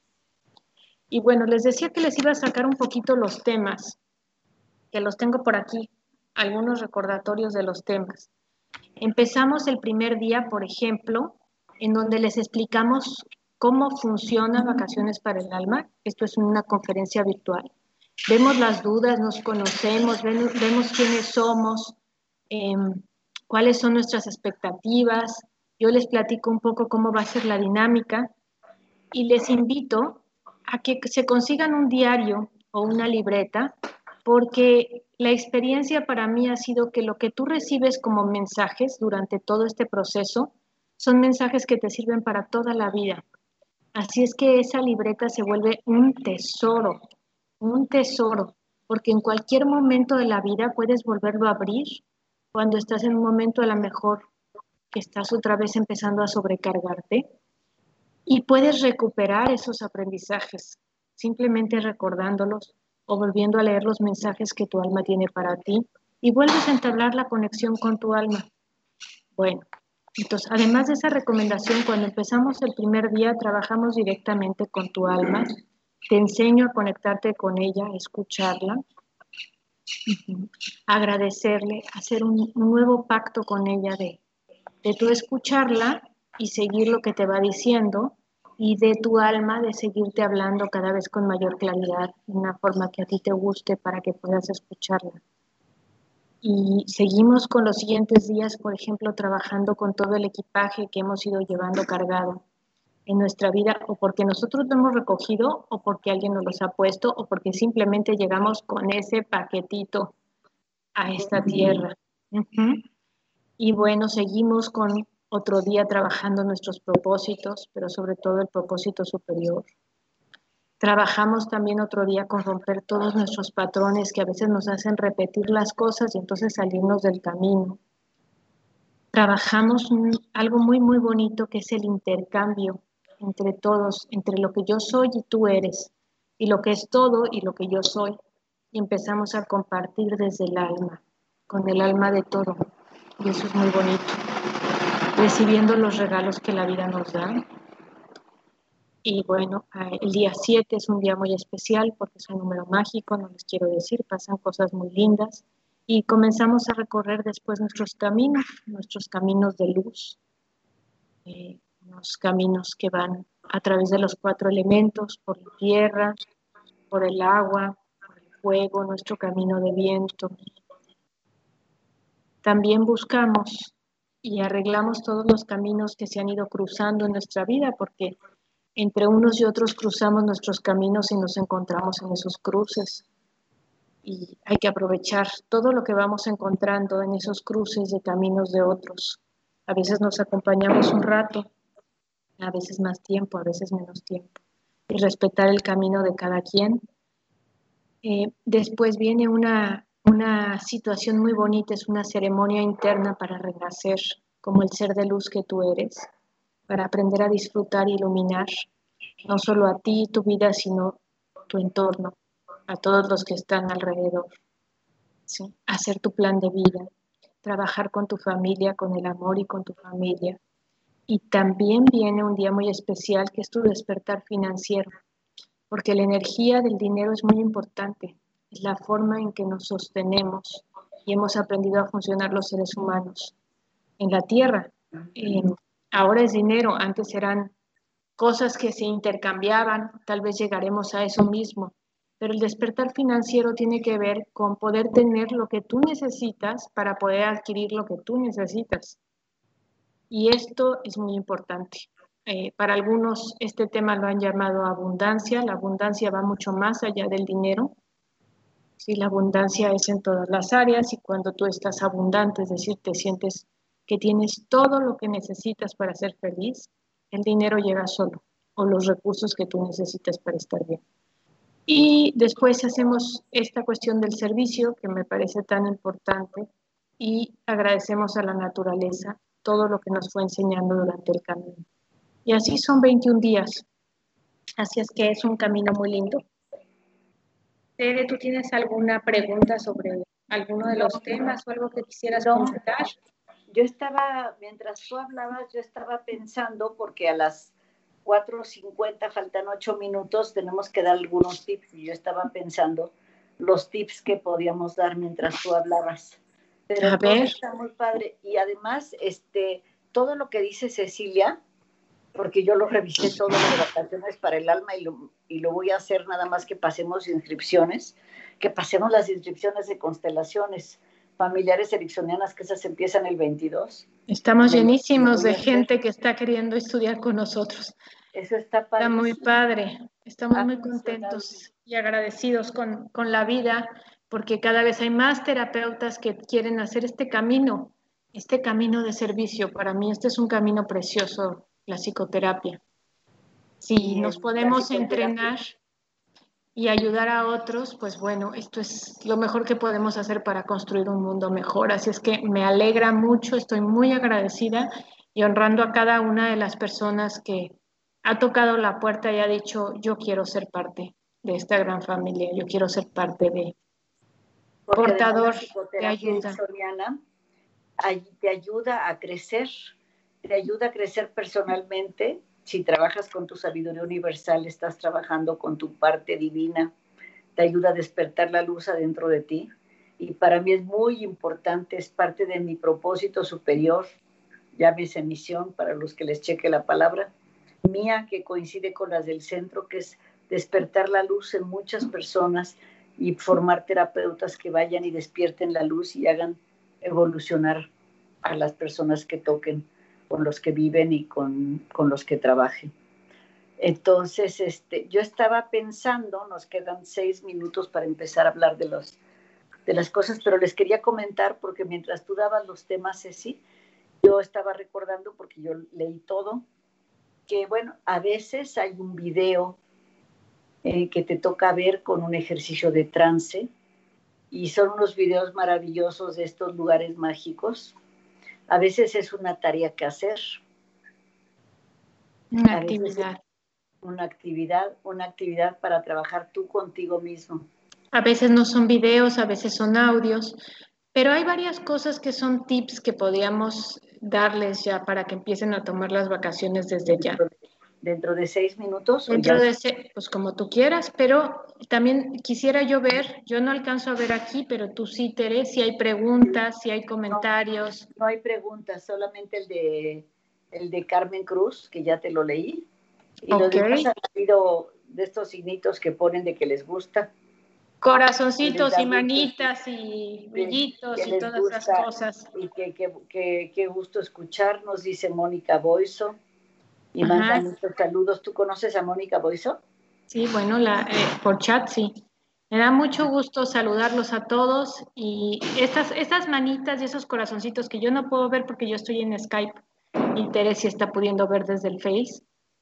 [SPEAKER 2] Y bueno, les decía que les iba a sacar un poquito los temas, que los tengo por aquí, algunos recordatorios de los temas. Empezamos el primer día, por ejemplo, en donde les explicamos cómo funciona Vacaciones para el Alma. Esto es una conferencia virtual. Vemos las dudas, nos conocemos, vemos quiénes somos, cuáles son nuestras expectativas. Yo les platico un poco cómo va a ser la dinámica y les invito a que se consigan un diario o una libreta, porque la experiencia para mí ha sido que lo que tú recibes como mensajes durante todo este proceso son mensajes que te sirven para toda la vida. Así es que esa libreta se vuelve un tesoro, porque en cualquier momento de la vida puedes volverlo a abrir cuando estás en un momento a lo mejor que estás otra vez empezando a sobrecargarte y puedes recuperar esos aprendizajes simplemente recordándolos o volviendo a leer los mensajes que tu alma tiene para ti y vuelves a entablar la conexión con tu alma. Bueno, entonces, además de esa recomendación, cuando empezamos el primer día, trabajamos directamente con tu alma. Te enseño a conectarte con ella, a escucharla, agradecerle, hacer un nuevo pacto con ella de tú escucharla y seguir lo que te va diciendo y de tu alma de seguirte hablando cada vez con mayor claridad, de una forma que a ti te guste para que puedas escucharla. Y seguimos con los siguientes días, por ejemplo, trabajando con todo el equipaje que hemos ido llevando cargado en nuestra vida, o porque nosotros lo hemos recogido, o porque alguien nos los ha puesto, o porque simplemente llegamos con ese paquetito a esta tierra. Y bueno, seguimos con otro día trabajando nuestros propósitos, pero sobre todo el propósito superior. Trabajamos también otro día con romper todos nuestros patrones que a veces nos hacen repetir las cosas y entonces salirnos del camino. Trabajamos algo muy, muy bonito que es el intercambio entre todos, entre lo que yo soy y tú eres, y lo que es todo y lo que yo soy. Y empezamos a compartir desde el alma, con el alma de todo. Y eso es muy bonito. Recibiendo los regalos que la vida nos da. Y bueno, el día 7 es un día muy especial porque es un número mágico, no les quiero decir, pasan cosas muy lindas. Y comenzamos a recorrer después nuestros caminos de luz, unos caminos que van a través de los 4 elementos, por la tierra, por el agua, por el fuego, nuestro camino de viento. También buscamos y arreglamos todos los caminos que se han ido cruzando en nuestra vida porque entre unos y otros cruzamos nuestros caminos y nos encontramos en esos cruces. Y hay que aprovechar todo lo que vamos encontrando en esos cruces de caminos de otros. A veces nos acompañamos un rato, a veces más tiempo, a veces menos tiempo. Y respetar el camino de cada quien. Después viene una situación muy bonita, es una ceremonia interna para renacer como el ser de luz que tú eres, para aprender a disfrutar e iluminar no solo a ti y tu vida, sino tu entorno, a todos los que están alrededor. ¿Sí? Hacer tu plan de vida, trabajar con tu familia, con el amor y con tu familia. Y también viene un día muy especial que es tu despertar financiero, porque la energía del dinero es muy importante, es la forma en que nos sostenemos y hemos aprendido a funcionar los seres humanos en la tierra. Ahora es dinero, antes eran cosas que se intercambiaban, tal vez llegaremos a eso mismo, pero el despertar financiero tiene que ver con poder tener lo que tú necesitas para poder adquirir lo que tú necesitas. Y esto es muy importante. Para algunos este tema lo han llamado abundancia. La abundancia va mucho más allá del dinero. Sí, la abundancia es en todas las áreas y cuando tú estás abundante, es decir, te sientes que tienes todo lo que necesitas para ser feliz, el dinero llega solo o los recursos que tú necesitas para estar bien. Y después hacemos esta cuestión del servicio que me parece tan importante y agradecemos a la naturaleza todo lo que nos fue enseñando durante el camino. Y así son 21 días. Así es que es un camino muy lindo. Tere, ¿tú tienes alguna pregunta sobre alguno de los temas o algo que quisieras comentar?
[SPEAKER 1] Yo estaba, mientras tú hablabas, yo estaba pensando, porque a las 4:50 faltan 8 minutos, tenemos que dar algunos tips, y yo estaba pensando los tips que podíamos dar mientras tú hablabas. Pero
[SPEAKER 2] A
[SPEAKER 1] todo
[SPEAKER 2] ver.
[SPEAKER 1] está muy padre. Y además, todo lo que dice Cecilia, porque yo lo revisé todo lo de vacaciones para el alma y lo voy a hacer nada más que pasemos inscripciones, que pasemos las inscripciones de constelaciones familiares ericksonianas, que esas empiezan el 22.
[SPEAKER 2] Estamos llenísimos de gente que está queriendo estudiar con nosotros.
[SPEAKER 1] Eso está padre.
[SPEAKER 2] Está muy padre. Estamos muy contentos y agradecidos con la vida porque cada vez hay más terapeutas que quieren hacer este camino de servicio. Para mí este es un camino precioso, la psicoterapia. Si nos podemos entrenar y ayudar a otros, pues bueno, esto es lo mejor que podemos hacer para construir un mundo mejor. Así es que me alegra mucho, estoy muy agradecida y honrando a cada una de las personas que ha tocado la puerta y ha dicho, yo quiero ser parte de esta gran familia, yo quiero ser parte de portador de ayuda.
[SPEAKER 1] Te ayuda a crecer, personalmente. Si trabajas con tu sabiduría universal, estás trabajando con tu parte divina, te ayuda a despertar la luz adentro de ti. Y para mí es muy importante, es parte de mi propósito superior, llámese misión para los que les cheque la palabra, mía, que coincide con las del centro, que es despertar la luz en muchas personas y formar terapeutas que vayan y despierten la luz y hagan evolucionar a las personas que toquen, con los que viven y con los que trabajen. Entonces, yo estaba pensando, nos quedan 6 minutos para empezar a hablar de los de las cosas, pero les quería comentar porque mientras tú dabas los temas, Ceci, yo estaba recordando, porque yo leí todo, que bueno, a veces hay un video que te toca ver con un ejercicio de trance y son unos videos maravillosos de estos lugares mágicos. A veces es una tarea que hacer,
[SPEAKER 2] Una
[SPEAKER 1] a veces es
[SPEAKER 2] actividad.
[SPEAKER 1] una actividad para trabajar tú contigo mismo.
[SPEAKER 2] A veces no son videos, a veces son audios, pero hay varias cosas que son tips que podríamos darles ya para que empiecen a tomar las vacaciones desde ya.
[SPEAKER 1] Dentro de 6 minutos o
[SPEAKER 2] Dentro
[SPEAKER 1] ya.
[SPEAKER 2] de ese, pues como tú quieras, pero también quisiera yo ver, yo no alcanzo a ver aquí, pero tú sí, Tere, si hay preguntas, si hay
[SPEAKER 1] No,
[SPEAKER 2] comentarios.
[SPEAKER 1] no hay preguntas, solamente el de Carmen Cruz, que ya te lo leí. Y los
[SPEAKER 2] Ok.
[SPEAKER 1] demás han habido de estos signitos que ponen de que les gusta, que les
[SPEAKER 2] Corazoncitos
[SPEAKER 1] da
[SPEAKER 2] y
[SPEAKER 1] gusto,
[SPEAKER 2] manitas y
[SPEAKER 1] que
[SPEAKER 2] brillitos y
[SPEAKER 1] les
[SPEAKER 2] todas esas
[SPEAKER 1] gusta
[SPEAKER 2] cosas.
[SPEAKER 1] y que gusto escucharnos, dice Mónica Boiso. Y manda
[SPEAKER 2] Ajá.
[SPEAKER 1] muchos saludos. ¿Tú conoces a Mónica Boiso?
[SPEAKER 2] Sí, bueno, por chat sí. Me da mucho gusto saludarlos a todos y estas manitas y esos corazoncitos que yo no puedo ver porque yo estoy en Skype y Tere sí está pudiendo ver desde el Face.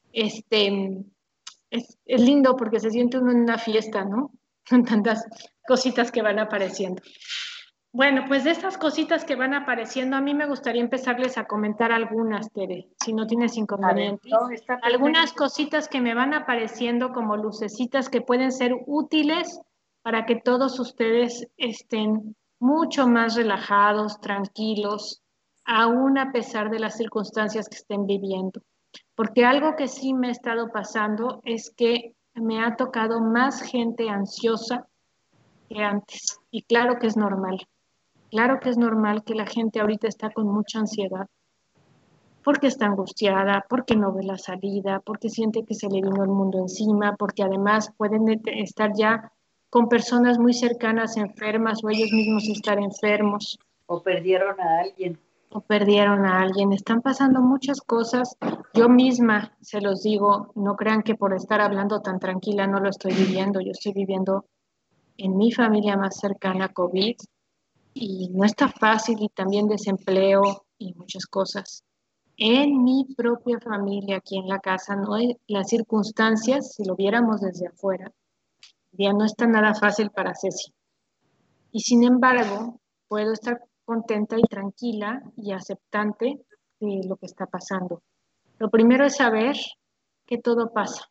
[SPEAKER 2] Este, es lindo porque se siente uno en una fiesta, ¿no? Con tantas cositas que van apareciendo. Bueno, pues de estas cositas que van apareciendo, a mí me gustaría empezarles a comentar algunas, Tere, si no tienes
[SPEAKER 1] A ver,
[SPEAKER 2] inconveniente.
[SPEAKER 1] no, está perfecto.
[SPEAKER 2] Algunas cositas que me van apareciendo como lucecitas que pueden ser útiles para que todos ustedes estén mucho más relajados, tranquilos, aún a pesar de las circunstancias que estén viviendo. Porque algo que sí me ha estado pasando es que me ha tocado más gente ansiosa que antes. Y claro que es normal. Claro que es normal que la gente ahorita está con mucha ansiedad, porque está angustiada, porque no ve la salida, porque siente que se le vino el mundo encima, porque además pueden estar ya con personas muy cercanas enfermas o ellos mismos estar enfermos
[SPEAKER 1] O perdieron a alguien.
[SPEAKER 2] o perdieron a alguien. Están pasando muchas cosas. Yo misma se los digo, no crean que por estar hablando tan tranquila no lo estoy viviendo. Yo estoy viviendo en mi familia más cercana COVID y no está fácil y también desempleo y muchas cosas. En mi propia familia, aquí en la casa, no hay, las circunstancias, si lo viéramos desde afuera, ya no está nada fácil para Ceci. Y sin embargo, puedo estar contenta y tranquila y aceptante de lo que está pasando. Lo primero es saber que todo pasa.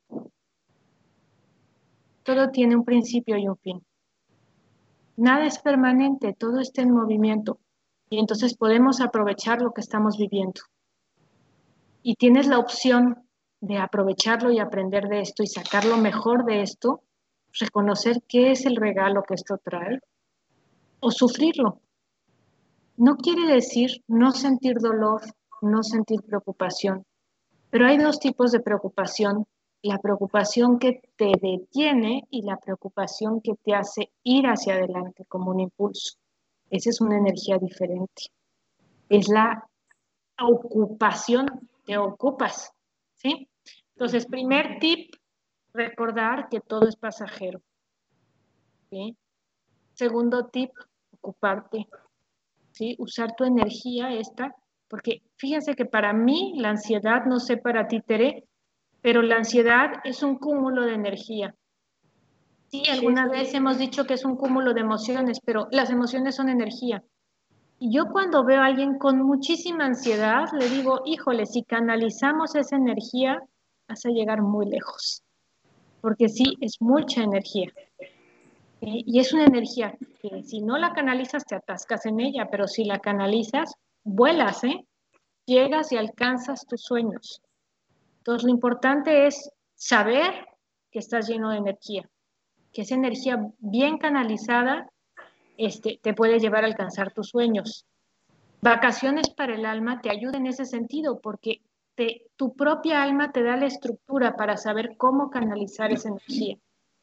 [SPEAKER 2] Todo tiene un principio y un fin. Nada es permanente, todo está en movimiento. Y entonces podemos aprovechar lo que estamos viviendo. Y tienes la opción de aprovecharlo y aprender de esto y sacar lo mejor de esto, reconocer qué es el regalo que esto trae o sufrirlo. No quiere decir no sentir dolor, no sentir preocupación, pero hay dos tipos de preocupación, la preocupación que te detiene y la preocupación que te hace ir hacia adelante como un impulso. Esa es una energía diferente. Es la ocupación, te ocupas, ¿sí? Entonces, primer tip, recordar que todo es pasajero, ¿sí? Segundo tip, ocuparte, ¿sí? Usar tu energía esta, porque fíjense que para mí la ansiedad, no sé para ti, Tere, pero la ansiedad es un cúmulo de energía. Sí,
[SPEAKER 1] Sí,
[SPEAKER 2] alguna vez hemos dicho que es un cúmulo de emociones, pero las emociones son energía. Y yo cuando veo a alguien con muchísima ansiedad, le digo, híjole, si canalizamos esa energía, vas a llegar muy lejos, porque sí, es mucha energía. Y es una energía que si no la canalizas, te atascas en ella, pero si la canalizas, vuelas, ¿eh? Llegas y alcanzas tus sueños. Entonces, lo importante es saber que estás lleno de energía, que esa energía bien canalizada te puede llevar a alcanzar tus sueños. Vacaciones para el alma te ayuda en ese sentido porque tu propia alma te da la estructura para saber cómo canalizar esa energía.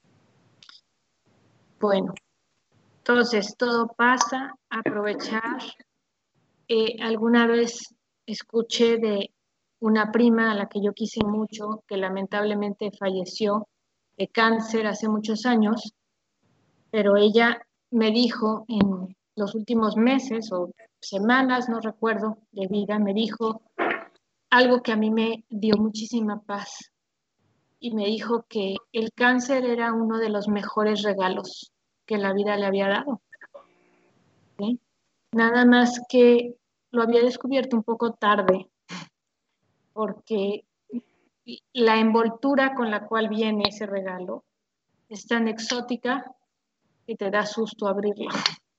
[SPEAKER 2] Bueno, entonces todo pasa, aprovechar. Alguna vez escuché de una prima a la que yo quise mucho, que lamentablemente falleció de cáncer hace muchos años, pero ella me dijo en los últimos meses o semanas, no recuerdo, de vida, me dijo algo que a mí me dio muchísima paz y me dijo que el cáncer era uno de los mejores regalos que la vida le había dado, ¿sí? Nada más que lo había descubierto un poco tarde, porque la envoltura con la cual viene ese regalo es tan exótica que te da susto abrirlo.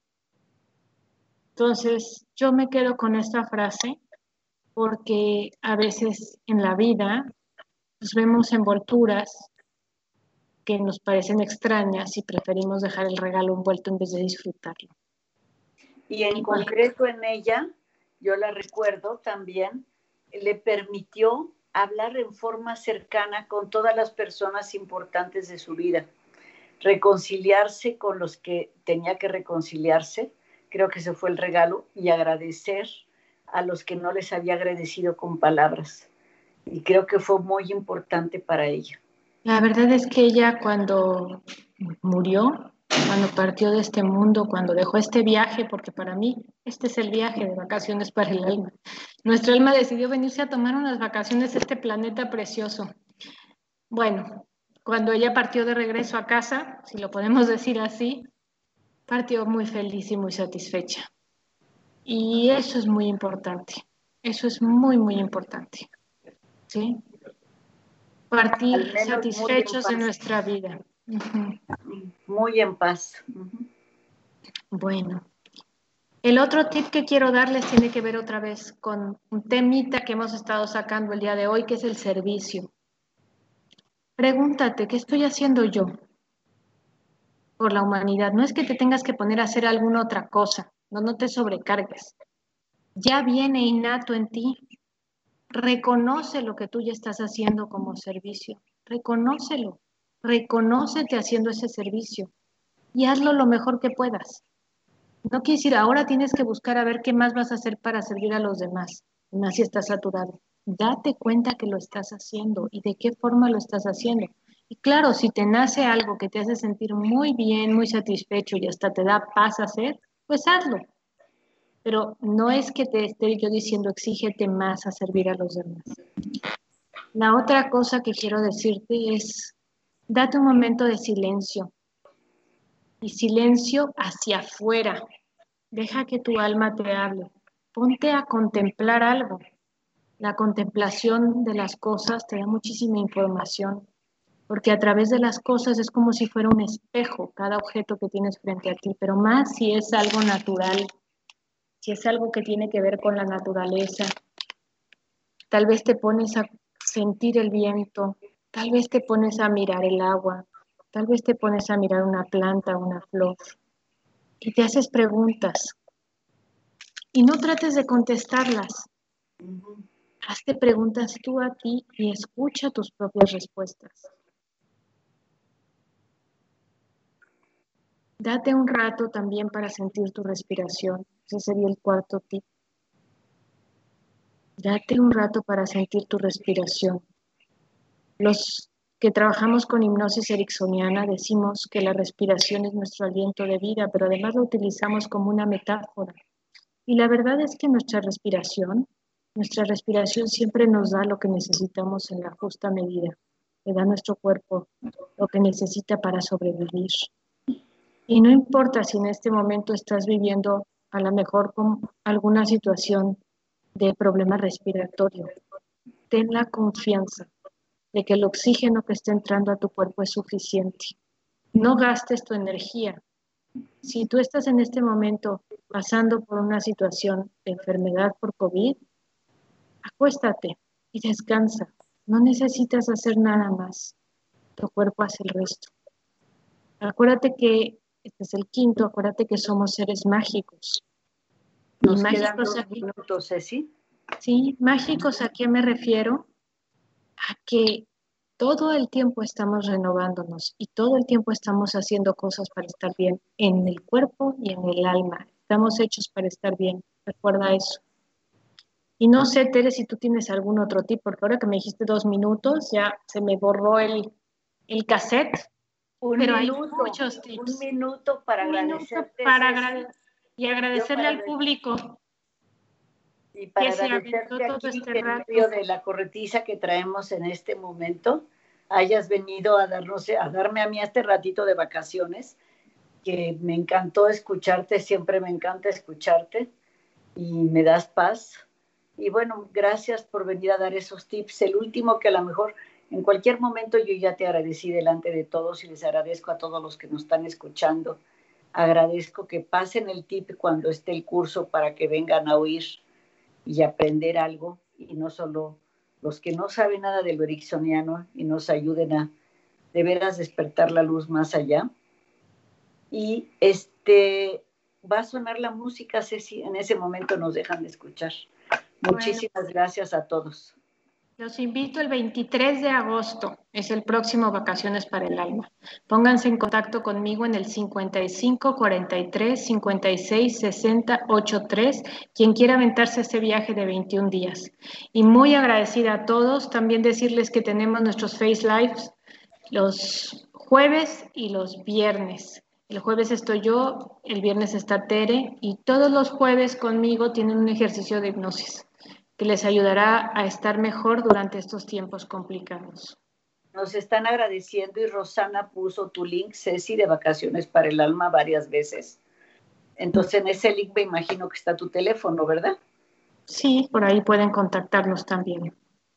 [SPEAKER 2] Entonces, yo me quedo con esta frase porque a veces en la vida nos vemos envolturas que nos parecen extrañas y preferimos dejar el regalo envuelto en vez de disfrutarlo.
[SPEAKER 1] Y en concreto en ella, yo la recuerdo también, le permitió hablar en forma cercana con todas las personas importantes de su vida, reconciliarse con los que tenía que reconciliarse, creo que ese fue el regalo, y agradecer a los que no les había agradecido con palabras. Y creo que fue muy importante para ella.
[SPEAKER 2] La verdad es que ella cuando murió, cuando partió de este mundo, cuando dejó este viaje, porque para mí este es el viaje de vacaciones para el alma. Nuestra alma decidió venirse a tomar unas vacaciones a este planeta precioso. Bueno, cuando ella partió de regreso a casa, si lo podemos decir así, partió muy feliz y muy satisfecha. Y eso es muy importante. Eso es muy, muy importante. ¿Sí? Partir satisfechos de nuestra vida.
[SPEAKER 1] Muy en paz.
[SPEAKER 2] Bueno, el otro tip que quiero darles tiene que ver otra vez con un temita que hemos estado sacando el día de hoy, que es el servicio. Pregúntate, ¿qué estoy haciendo yo por la humanidad? No es que te tengas que poner a hacer alguna otra cosa, no te sobrecargues. Ya viene innato en ti. Reconoce lo que tú ya estás haciendo como servicio. Reconócelo. Reconócete haciendo ese servicio y hazlo lo mejor que puedas. No quiere decir ahora tienes que buscar a ver qué más vas a hacer para servir a los demás, más si estás saturado. Date cuenta que lo estás haciendo y de qué forma lo estás haciendo. Y claro, si te nace algo que te hace sentir muy bien, muy satisfecho y hasta te da paz hacer, pues hazlo. Pero no es que te esté yo diciendo exígete más a servir a los demás. La otra cosa que quiero decirte es, date un momento de silencio. Y silencio hacia afuera. Deja que tu alma te hable. Ponte a contemplar algo. La contemplación de las cosas te da muchísima información, porque a través de las cosas es como si fuera un espejo, cada objeto que tienes frente a ti, pero más si es algo natural, si es algo que tiene que ver con la naturaleza. Tal vez te pones a sentir el viento, tal vez te pones a mirar el agua, tal vez te pones a mirar una planta, una flor, y te haces preguntas. Y no trates de contestarlas. Hazte preguntas tú a ti y escucha tus propias respuestas. Date un rato también para sentir tu respiración. Ese sería el cuarto tip. Date un rato para sentir tu respiración. Los que trabajamos con hipnosis ericksoniana decimos que la respiración es nuestro aliento de vida, pero además lo utilizamos como una metáfora. Y la verdad es que nuestra respiración siempre nos da lo que necesitamos en la justa medida. Le da a nuestro cuerpo lo que necesita para sobrevivir. Y no importa si en este momento estás viviendo a lo mejor con alguna situación de problema respiratorio. Ten la confianza de que el oxígeno que está entrando a tu cuerpo es suficiente. No gastes tu energía. Si tú estás en este momento pasando por una situación de enfermedad por COVID, acuéstate y descansa. No necesitas hacer nada más. Tu cuerpo hace el resto. Acuérdate que este es el quinto, acuérdate que somos seres mágicos.
[SPEAKER 1] Nos quedan 2 minutos, Ceci.
[SPEAKER 2] Sí, mágicos, ¿a qué me refiero? A que todo el tiempo estamos renovándonos y todo el tiempo estamos haciendo cosas para estar bien en el cuerpo y en el alma. Estamos hechos para estar bien, recuerda eso. Y no sé, Tere, si tú tienes algún otro tip, porque ahora que me dijiste 2 minutos, ya se me borró el cassette. pero hay muchos tips.
[SPEAKER 1] Un minuto para agradecerte.
[SPEAKER 2] Y agradecerle al público.
[SPEAKER 1] Y para agradecerte aquí que en medio de la corretiza que traemos en este momento, hayas venido a darme a mí este ratito de vacaciones, que me encantó escucharte, siempre me encanta escucharte y me das paz. Y bueno, gracias por venir a dar esos tips. El último que a lo mejor en cualquier momento yo ya te agradecí delante de todos y les agradezco a todos los que nos están escuchando. Agradezco que pasen el tip cuando esté el curso para que vengan a oír y aprender algo, y no solo los que no saben nada del ericksoniano, y nos ayuden a de veras despertar la luz más allá. Y va a sonar la música, Ceci, en ese momento nos dejan de escuchar. Muchísimas gracias a todos.
[SPEAKER 2] Los invito el 23 de agosto, es el próximo Vacaciones para el Alma. Pónganse en contacto conmigo en el 55 43 56 60 83, quien quiera aventarse este viaje de 21 días. Y muy agradecida a todos, también decirles que tenemos nuestros Face Lives los jueves y los viernes. El jueves estoy yo, el viernes está Tere, y todos los jueves conmigo tienen un ejercicio de hipnosis que les ayudará a estar mejor durante estos tiempos complicados.
[SPEAKER 1] Nos están agradeciendo y Rosana puso tu link, Ceci, de Vacaciones para el Alma varias veces. Entonces en ese link me imagino que está tu teléfono, ¿verdad?
[SPEAKER 2] Sí, por ahí pueden contactarnos también.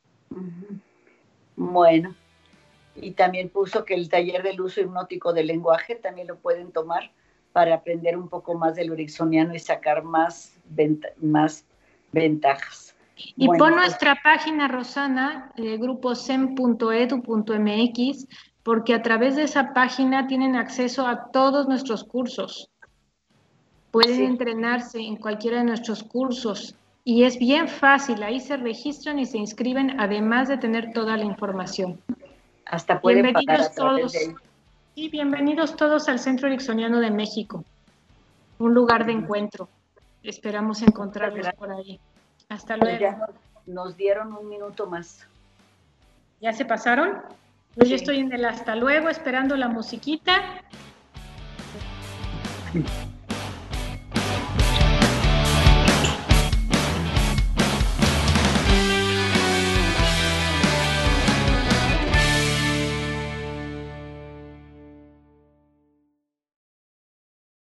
[SPEAKER 1] Bueno, y también puso que el taller del uso hipnótico del lenguaje también lo pueden tomar para aprender un poco más del ericksoniano y sacar más ventajas.
[SPEAKER 2] Y bueno, pon nuestra página, Rosana, gruposem.edu.mx, porque a través de esa página tienen acceso a todos nuestros cursos. Pueden entrenarse en cualquiera de nuestros cursos y es bien fácil, ahí se registran y se inscriben, además de tener toda la información.
[SPEAKER 1] Hasta pueden
[SPEAKER 2] bienvenidos todos. Sí, bienvenidos todos al Centro Ericksoniano de México, un lugar de encuentro. Esperamos encontrarlos por ahí. Hasta luego.
[SPEAKER 1] Ya nos dieron un minuto más.
[SPEAKER 2] ¿Ya se pasaron? Yo ya estoy en el hasta luego, esperando la musiquita.